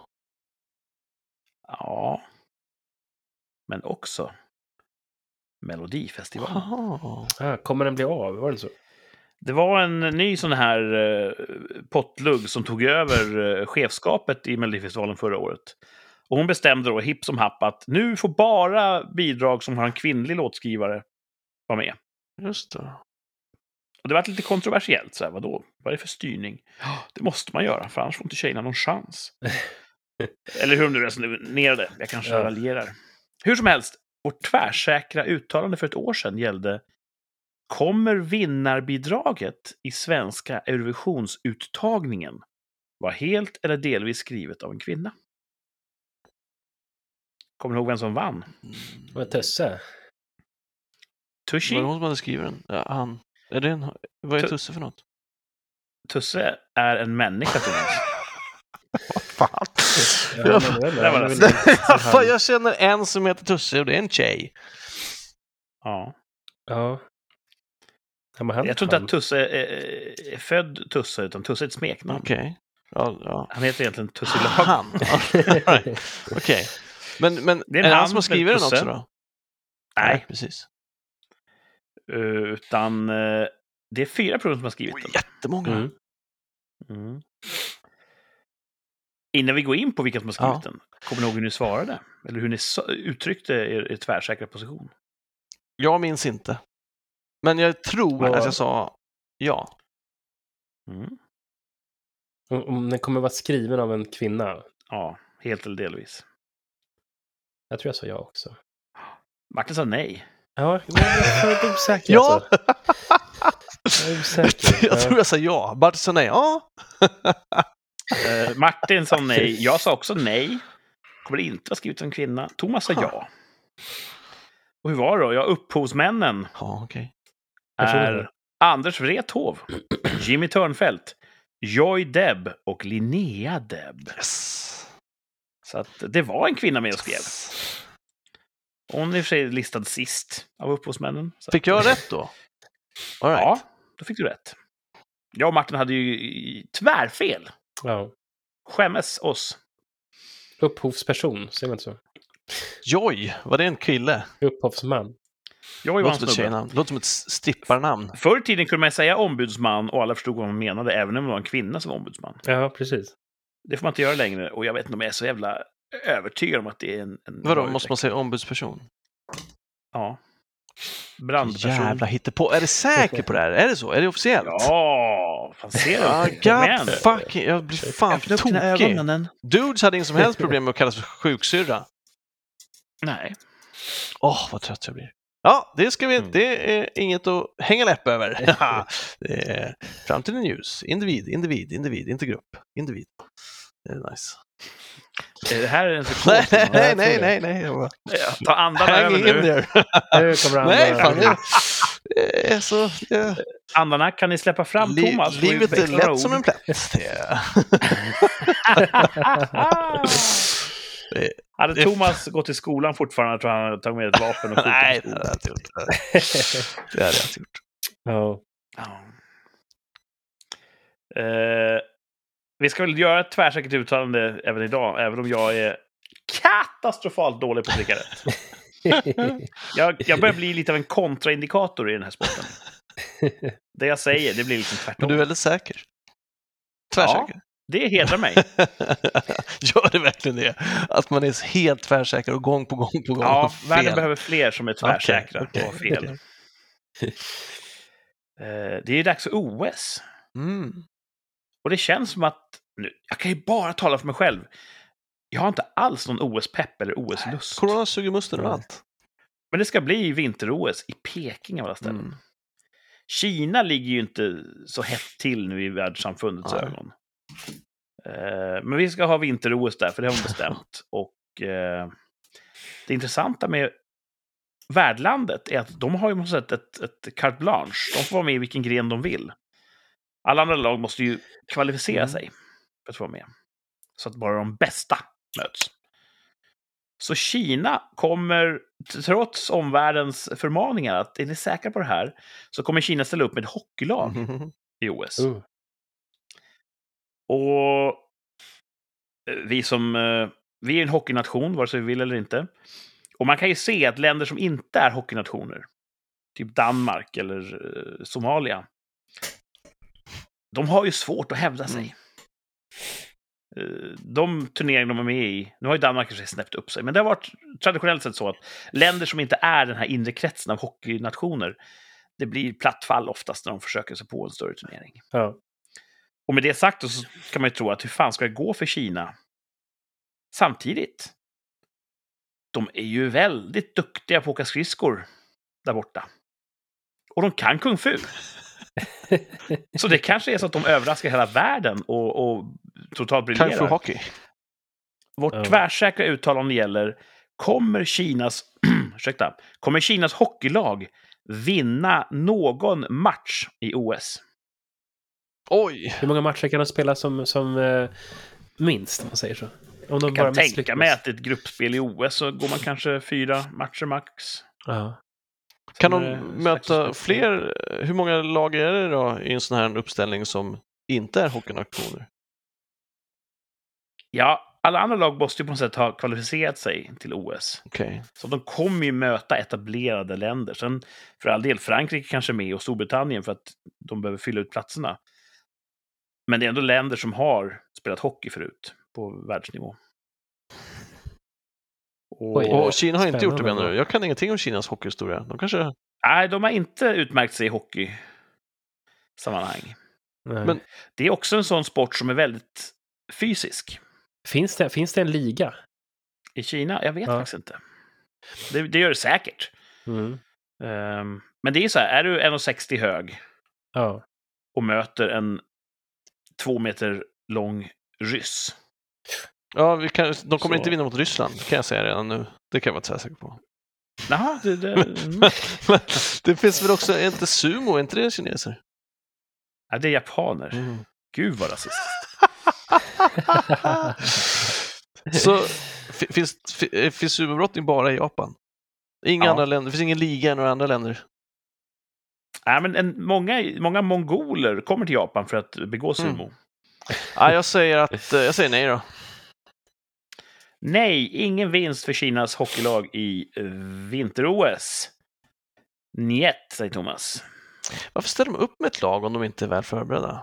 Ja. Men också Melodifestivalen. Kommer den bli av? Var det så? Det var en ny sån här pottlugg som tog över chefskapet i Melodifestivalen förra året. Och hon bestämde då hipp som happ att nu får bara bidrag som har en kvinnlig låtskrivare vara med. Just det. Och det var lite kontroversiellt. Så här, vadå? Vad är det för styrning? Det måste man göra, för annars får inte tjejerna någon chans. Eller hur de resonerade. Jag kanske raljerar. Hur som helst, vårt tvärsäkra uttalande för ett år sedan gällde: kommer vinnarbidraget i svenska Eurovisionsuttagningen vara helt eller delvis skrivet av en kvinna? Kommer du ihåg vem som vann? Vad är Tusse? Tushi? Var det hon som hade skrivit den? Ja, han. Vad är Tusse för något? Tusse är en människa, Thomas. Fan. Jag känner en som heter Tusse och det är en tjej. Ja. Ja. Jag tror inte att Tusse är född Tusse, utan Tusse är ett smeknamn. Okej. Ja. Han heter egentligen Tusse Lag. Han. Okej. Men det är han han som har skrivit den Tusse. också då? Nej, precis. Utan det är 4 personer som har skrivit den. Jättemånga. Mm. Innan vi går in på vilka som har skrivit den, kommer ni ihåg hur ni svarade? Eller hur ni uttryckte er tvärsäkra position? Jag minns inte. Men jag tror att jag sa ja. Om den kommer vara skriven av en kvinna. Ja, helt eller delvis. Jag tror jag sa ja också. Martin sa nej. Ja, jag är osäker. Ja! Alltså. Jag är osäker. Jag tror jag sa ja. Martin sa nej. Ja. Martin sa nej. Jag sa också nej. Kommer inte vara skrivet av en kvinna. Thomas sa ja. Och hur var det då? Ja, upphovsmännen är Anders Wrethov, Jimmy Törnfeldt, Joy Deb och Linnea Deb. Yes. Så att det var en kvinna med och skrev. Hon är i och för sig listad sist av upphovsmännen. Fick jag rätt då? All right. Ja, då fick du rätt. Jag och Martin hade ju tvärfel. Ja. Skämmes oss. Upphovsperson, säger man inte så? Joy, var det en kille? Upphovsman. Joy var en snubbe. Låter som ett stripparnamn. Förr i tiden kunde man säga ombudsman och alla förstod vad man menade, även om det var en kvinna som var ombudsman. Ja, precis. Det får man inte göra längre, och jag vet inte om jag är så jävla övertygad om att det är en vadå, måste man säga ombudsperson? Ja. Brandperson. Jävla hittepå. Är det säker på det här? Är det så? Är det officiellt? Ja, fan ser du? God fucking, jag blir fan tokig. Dudes hade ingen som helst problem med att kallas för sjuksyrra. Nej. Vad trött jag blir. Ja, det det är inget att hänga läpp över. Det är framtiden ljus. Individ, inte grupp. Individ. Det är nice. Det här är en psykos. Nej. Ta andan över nu. Nu kommer andan. Nej, fan. Det är så... Andarna kan ni släppa fram, Thomas. Livet är lätt som en plätt. Hade Thomas gått till skolan fortfarande, tror han hade tagit med ett vapen och skjutit. Nej, det hade jag inte gjort. Det hade jag inte gjort. Vi ska väl göra ett tvärsäkert uttalande även idag, även om jag är katastrofalt dålig på att dricka rätt. Jag börjar bli lite av en kontraindikator i den här sporten. Det jag säger, det blir liksom tvärtom. Men du är väldigt säker. Tvärsäker. Ja, det hedrar mig. Gör det verkligen det? Att man är helt tvärsäker och gång på gång. Ja, världen behöver fler som är tvärsäkra och har fel. Det är ju dags för OS. Och det känns som att, jag kan ju bara tala för mig själv. Jag har inte alls någon OS-pepp eller OS-lust. Corona suger musten och allt. Men det ska bli vinter-OS i Peking av alla ställen. Kina ligger ju inte så hett till nu i världssamfundets ögon. Men vi ska ha vinter-OS där, för det har de bestämt. Och det intressanta med värdlandet är att de har ju ett carte blanche. De får vara med i vilken gren de vill. Alla andra lag måste ju kvalificera sig för att få vara med. Så att bara de bästa möts. Så Kina kommer, trots omvärldens förmaningar att är ni säkra på det här, så kommer Kina ställa upp med ett hockeylag i OS. Och vi är en hockeynation, vare sig vi vill eller inte. Och man kan ju se att länder som inte är hockeynationer, typ Danmark eller Somalia, de har ju svårt att hävda sig. De turneringar de är med i, nu har ju Danmark kanske snäppt upp sig, men det har varit traditionellt sett så att länder som inte är den här inre kretsen av hockeynationer, det blir plattfall oftast när de försöker sig på en större turnering. Ja. Och med det sagt så kan man ju tro att hur fan ska det gå för Kina? Samtidigt, de är ju väldigt duktiga på att åka skridskor där borta. Och de kan kung fu. Så det kanske är så att de överraskar hela världen och totalt briljerar. Kung fu hockey. Vårt tvärsäkra uttalande gäller: kommer Kinas hockeylag vinna någon match i OS? Oj! Hur många matcher kan de spela som minst, om man säger så? Om de Jag kan bara tänka misslyckas. mig att ett gruppspel i OS så går man kanske 4 matcher max. Ja. Kan Sen de är det möta strax- fler? Hur många lag är det då i en sån här uppställning som inte är hockeynationer? Ja, alla andra lag måste ju på något sätt ha kvalificerat sig till OS. Okej. Så de kommer ju möta etablerade länder. Sen för all del Frankrike kanske är med och Storbritannien för att de behöver fylla ut platserna. Men det är ändå länder som har spelat hockey förut på världsnivå. Och Kina har inte gjort det, spännande menar du? Jag kan ingenting om Kinas hockeyhistoria. De kanske... Nej, de har inte utmärkt sig i hockeysammanhang. Nej. Men- Det är också en sån sport som är väldigt fysisk. Finns det en liga? I Kina? Jag vet Ja. faktiskt inte. Det gör det säkert. Mm. Men det är så här, är du 1,60 hög Ja. och möter en 2 meter lång ryss. Ja, de kommer Så. inte vinna mot Ryssland, kan jag säga redan nu. Det kan jag vara tvärsäker på. Jaha, Men det finns väl också, är inte sumo, är inte det kineser? ja, det är japaner. Gud vad rasistiskt. Så finns sumobrottning bara i Japan? Inga andra länder, det finns ingen liga i några andra länder? Nej, men många mongoler kommer till Japan för att begå sumo. Ja, jag säger nej då. Nej, ingen vinst för Kinas hockeylag i vinter-OS. Njet, säger Thomas. Varför ställer de upp med ett lag om de inte är väl förberedda?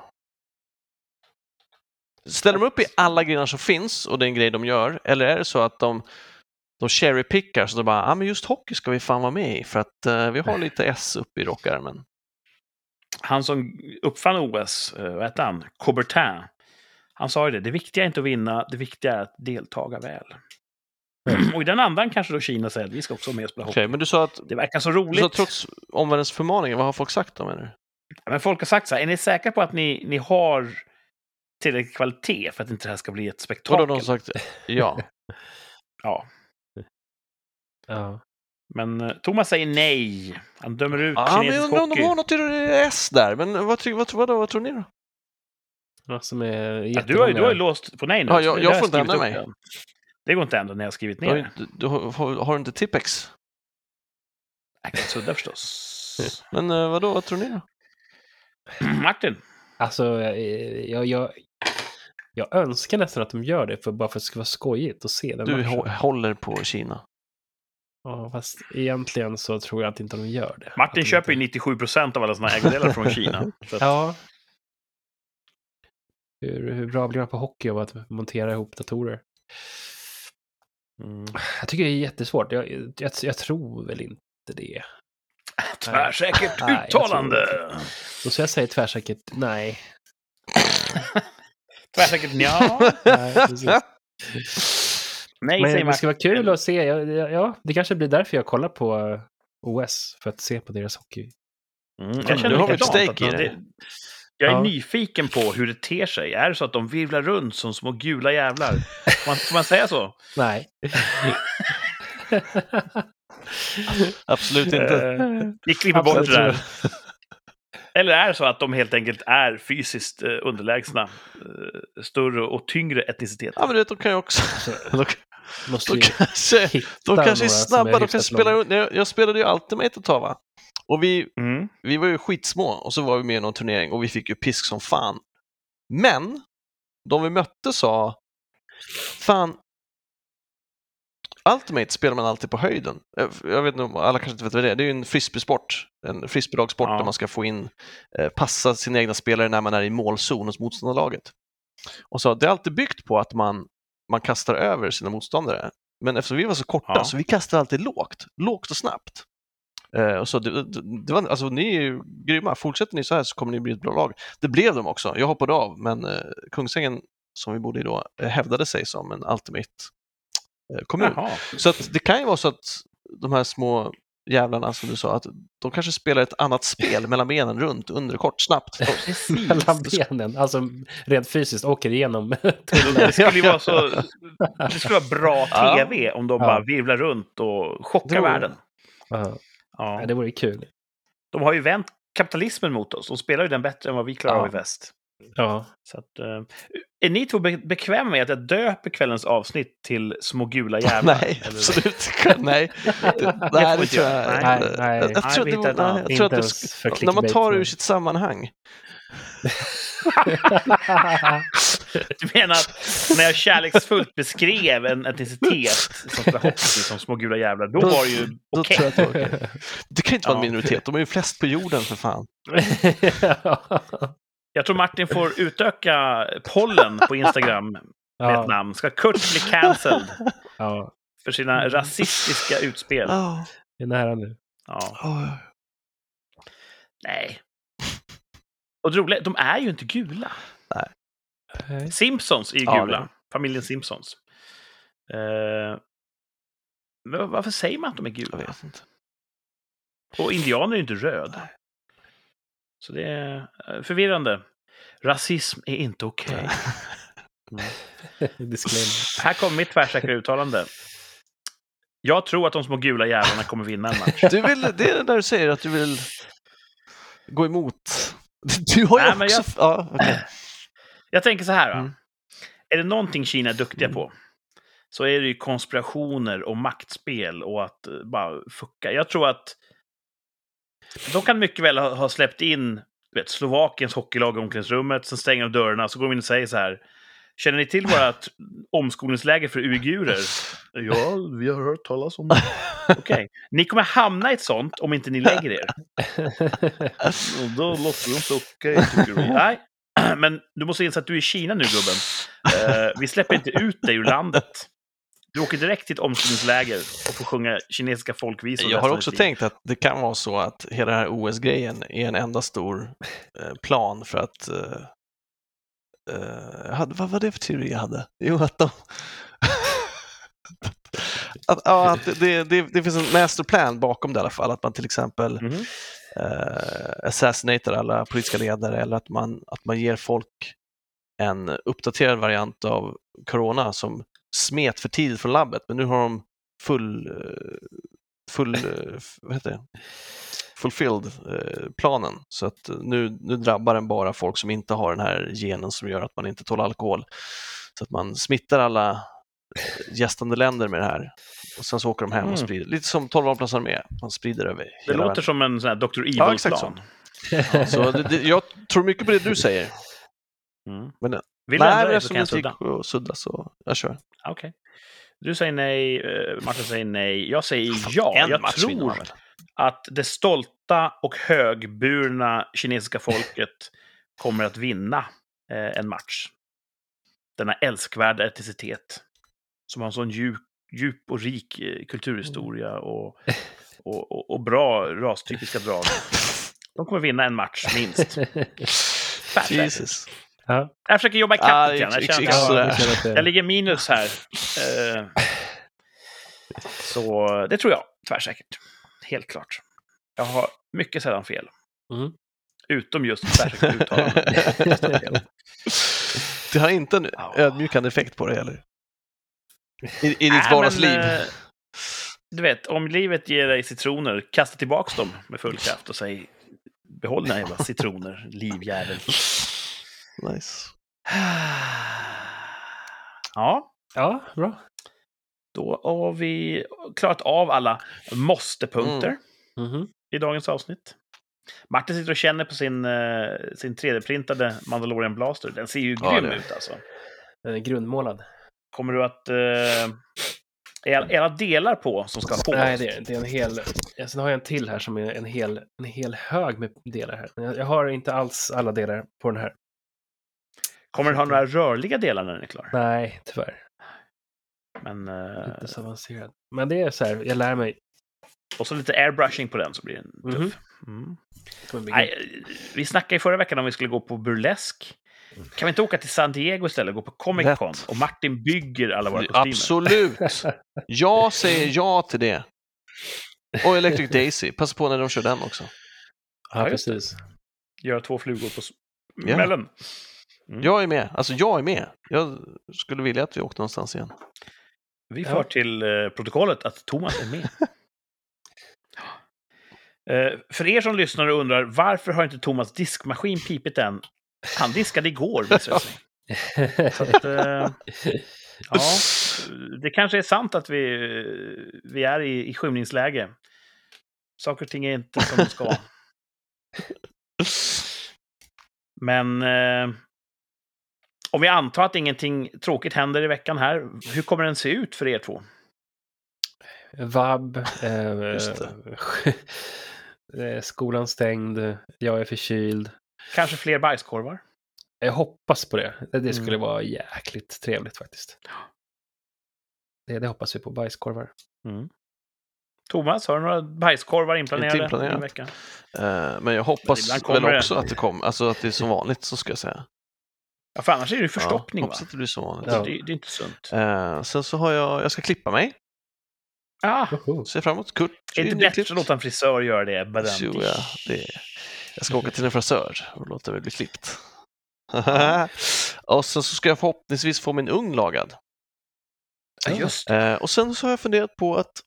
Ställer de upp i alla grenar som finns och det är en grej de gör? Eller är det så att de cherrypickar så de bara, men just hockey ska vi fan vara med i för att vi har lite S upp i rockärmen. Han som uppfann OS, vad heter han? Coubertin. Han sa ju det viktiga är inte att vinna, det viktiga är att deltaga väl. Och i den andan kanske då Kina säger att vi ska också vara med och spela hockey. Okej, men du sa att Det verkar så roligt. så trots omvärldens förmaningar, vad har folk sagt om er? Men folk har sagt så här, är ni säkra på att ni har tillräcklig kvalitet för att inte det här ska bli ett Och spektakel? då har de sagt ja. Ja, Ja. men Thomas säger nej. Han dömer ut Men jag kinesisk undrar om hockey. de har något S där, men vad tror ni då? Något som är Ja, du har ju låst på nej nu. Ja, så det jag har får inte skrivit ändra upp mig. den. Det går inte ändå när jag har skrivit ner det. Har du inte Tippex? Jag kan sudda förstås. Men vadå, vad tror ni då? Martin? Alltså, jag önskar nästan att de gör det bara för att det ska vara skojigt att se den Du matchen. håller på Kina. Ja, fast egentligen så tror jag att inte de gör det. Martin Att de köper ju inte... 97% av alla såna ägodelar från Kina. Så att, Ja. Hur bra blir man på hockey av att montera ihop datorer? Jag tycker det är jättesvårt. Jag tror väl inte det. tvärsäkert Nej, jag uttalande. Då ska jag säga tvärsäkert nej. Tvärsäkert ja. Nej, precis. Nej, Men säger det ska vara Martin. kul att se. Ja, det kanske blir därför jag kollar på OS. För att se på deras hockey. Jag Du känner har väl ett likadant, stake i att det? Jag är Ja. nyfiken på hur det ter sig. Är det så att de virvlar runt som små gula jävlar? Får man säga så? Nej. Absolut inte. Vi klipper bort Absolut. det där. Eller är det så att de helt enkelt är fysiskt underlägsna, större och tyngre etniciteter? Ja, men du vet, de kan ju också... Måste De ju kanske, hitta de kanske är några som snabba, de kan hyfsat spela långa. runt. Jag spelade ju Ultimate ett tag, va? Och vi Mm. var ju skitsmå och så var vi med i någon turnering och vi fick ju pisk som fan. Men de vi mötte sa, fan, Ultimate spelar man alltid på höjden. Jag vet inte, alla kanske inte vet vad det är. Det är ju en frisbeesport, en frisbeelagsport där man ska få in, passa sina egna spelare när man är i målzon hos motståndarlaget. Och så det är alltid byggt på att man kastar över sina motståndare. Men eftersom vi var så korta så vi kastade alltid lågt och snabbt. Och så det var, alltså, ni är ju grymma. Fortsätter ni så här så kommer ni bli ett bra lag. Det blev de också. Jag hoppade av, men Kungsängen som vi bodde i då hävdade sig som en Ultimate kommun. Jaha. Så att det kan ju vara så att de här små jävlarna som du sa, att de kanske spelar ett annat spel mellan benen, runt, under, kort, snabbt. mellan benen. Alltså rent fysiskt åker igenom. Det skulle ju vara så... Det skulle vara bra tv om de Ja. bara virvlar runt och chockar världen. Ja. Ja. Ja, det vore kul. De har ju vänt kapitalismen mot oss. De spelar ju den bättre än vad vi klarar av i väst. Ja. Så att, är ni två bekväma med att jag döper kvällens avsnitt till Små gula jävlar? Nej, eller? absolut. Nej, det tror jag. Nej. Jag tror vi hittar ett annat. att Inte du ens för när man tar det ur clickbait. sitt sammanhang. Du menar att när jag kärleksfullt beskrev en etnicitet som förhoppningsvis som Små gula jävlar, då var det ju Då okej. tror jag att det var okej. Det kan inte vara en Ja. minoritet, de är ju flest på jorden för fan. Jag tror Martin får utöka pollen på Instagram med ett namn. Ska Kurt bli cancelled Ja, för sina rasistiska utspel? det är nära nu. Ja. Nej. Och det roliga, de är ju inte gula. Nej. Simpsons är ju Ja, gula. det. Familjen Simpsons. Men varför säger man att de är Jag gula? vet inte. Och indianer är ju inte röd. Nej. Så det är förvirrande. Rasism är inte okej. Disclaimer. Här kommer mitt tvärsäkra uttalande. Jag tror att de små gula jävlarna kommer vinna en match. Det är där du säger att du vill gå emot. Du har ju Nej, men också... Ja, okej. Jag tänker så här. Mm. Är det någonting Kina är duktiga på, så är det ju konspirationer och maktspel och att bara fucka. Jag tror att de kan mycket väl ha släppt in Slovakiens hockeylag i omklädningsrummet, sen stänger de dörrarna, så går de in och säger så här: känner ni till vårt omskolningsläger för uigurer? Ja, vi har hört talas om det. Okej. Ni kommer hamna i ett sånt om inte ni lägger er. Och då låter det inte okej, tycker vi. Nej, men du måste inse att du är i Kina nu, gubben. Vi släpper inte ut dig ur landet. Du åker direkt till ett omskolningsläger och får sjunga kinesiska folkvisor. Jag har också tänkt att det kan vara så att hela den här OS-grejen är en enda stor plan för att... vad var det för teori jag hade? Jo, att de... att det finns en masterplan bakom det i alla fall. Att man till exempel assassinatar alla politiska ledare, eller att man ger folk en uppdaterad variant av corona som smet för tidigt från labbet, men nu har de vad heter det? Fulfilled planen, så att nu drabbar den bara folk som inte har den här genen som gör att man inte tål alkohol, så att man smittar alla gästande länder med det här, och sen så åker de hem och sprider, lite som 12-plansarnas armé, man sprider över det låter världen. som en sån här Dr. Evil-plan. Så jag tror mycket på det du säger. Men Vill du ändra dig eftersom så kan jag det gick sudda. att sudda, så jag kör. Okej. Du säger nej, Martin säger nej. Jag säger ja. En Jag match vinner man tror väl. att det stolta och högburna kinesiska folket kommer att vinna en match. Denna älskvärda etnicitet som har en sån djup och rik kulturhistoria och bra rastypiska drag. De kommer vinna en match, minst. Jesus. Ja. Jag försöker jobba ikapp lite grann. Jag ligger minus här. Så det tror jag, tvärsäkert. Helt klart. Jag har mycket sällan fel. Utom just tvärsäkert uttalanden. Det har inte en ödmjukande effekt på det heller. I ditt vardagsliv. Du vet, om livet ger dig citroner, kasta tillbaka dem med full kraft och säg: behåll dina jävla citroner, livjävel. Nice. Ja, bra. då har vi klarat av alla måste-punkter i dagens avsnitt. Martin sitter och känner på sin 3D-printade Mandalorian Blaster. Den ser ju grym ut alltså. Den är grundmålad. Kommer du att... är alla delar på som ska på? Nej, det är en hel... Sen har jag en till här som är en hel hög med delar här. Jag har inte alls alla delar på den här. Kommer den ha några rörliga delar när den är klar? Nej, tyvärr. Men, inte så avancerad. Men det är så här, jag lär mig. Och så lite airbrushing på den så blir den tuff. Nej, vi snackade i förra veckan om vi skulle gå på burlesk. Kan vi inte åka till San Diego istället och gå på Comic Con? Och Martin bygger alla våra kostymer. Absolut! Jag säger ja till det. Och Electric Daisy. Passa på när de kör den också. Ja, precis. Göra 2 flugor på smällen. Jag är med. Alltså jag är med. Jag skulle vilja att vi åkte någonstans igen. Vi får till protokollet att Thomas är med. För er som lyssnar och undrar, varför har inte Thomas diskmaskin pipit än? Han diskade igår, visar det sig. Så att, ja, det kanske är sant att vi är i skymningsläge. Saker och ting är inte som de ska vara. Men om vi antar att ingenting tråkigt händer i veckan här, hur kommer den se ut för er två? Vab. Skolan stängd. Jag är förkyld. Kanske fler bajskorvar? Jag hoppas på det. Det skulle vara jäkligt trevligt faktiskt. Det hoppas vi på, bajskorvar. Thomas, har du några bajskorvar inplanerade i veckan? Men jag hoppas väl också att det kommer, alltså att det är som vanligt, så ska jag säga. Ja, för annars är det ju förstoppning, hoppas att det blir som vanligt. Ja. Det är inte sunt. Sen så har jag ska klippa mig. Ser fram emot. Kurt. Är det inte bättre att låta en frisör göra det? Jo, jag ska åka till en frisör och låta mig bli klippt. Och sen så ska jag förhoppningsvis få min ugn lagad. Ja, just och sen så har jag funderat på att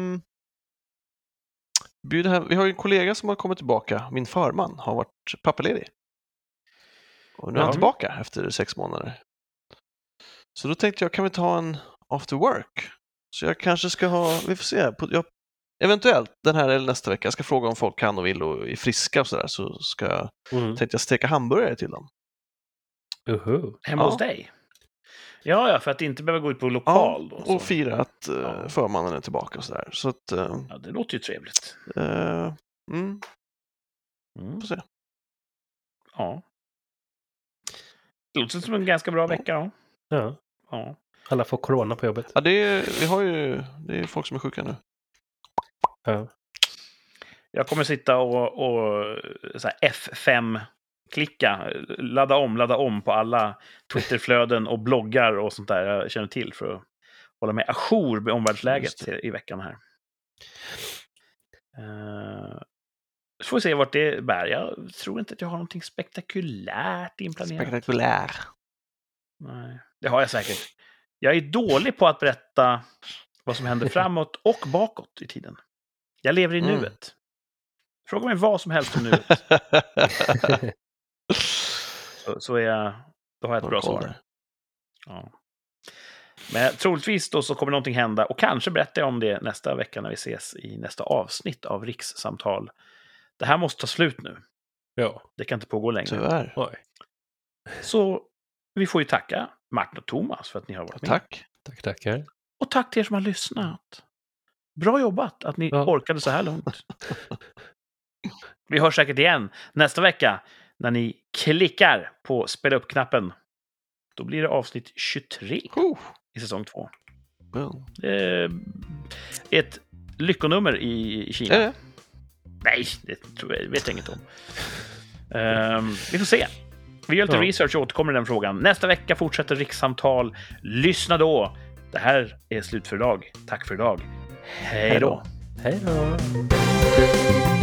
vi har ju en kollega som har kommit tillbaka. Min förman har varit pappaledig. Och nu är han tillbaka efter 6 månader. Så då tänkte jag, kan vi ta en after work? Så jag kanske ska vi får se. Eventuellt den här eller nästa vecka. Jag ska fråga om folk kan och vill och är friska och sådär. Så tänkte jag steka hamburgare till dem. Hemma hos dig? Ja, för att inte behöva gå ut på lokal. Ja, och fira att förmannen är tillbaka och sådär. Så att, ja, det låter ju trevligt. Får se. Ja. Det låter som en ganska bra vecka. Ja. Alla får corona på jobbet. Ja, det är folk som är sjuka nu. Ja. Jag kommer sitta och så här F5-klicka, ladda om på alla Twitterflöden och bloggar och sånt där jag känner till för att hålla mig ajour med omvärldsläget i veckan här. Så får vi se vart det bär. Jag tror inte att jag har någonting spektakulärt inplanerat. Nej, det har jag säkert. Jag är dålig på att berätta vad som händer framåt och bakåt i tiden. Jag lever i nuet. Fråga mig vad som helst om nuet. Då har jag ett bra svar. Ja. Men troligtvis då så kommer någonting hända, och kanske berättar jag om det nästa vecka när vi ses i nästa avsnitt av Rikssamtal. Det här måste ta slut nu. Ja. Det kan inte pågå längre. Tyvärr. Oj. Så vi får ju tacka Martin och Thomas för att ni har varit med. Tackar. Och tack till er som har lyssnat. Bra jobbat att ni orkade så här långt. Vi hörs säkert igen nästa vecka när ni klickar på spela upp-knappen. Då blir det avsnitt 23 i säsong 2. Ett lyckonummer i Kina. Nej, det vet jag inget om. Vi får se. Vi gör lite research och återkommer i den frågan. Nästa vecka fortsätter Rikssamtal. Lyssna då. Det här är slut för idag. Tack för idag. Hej då. Hej då.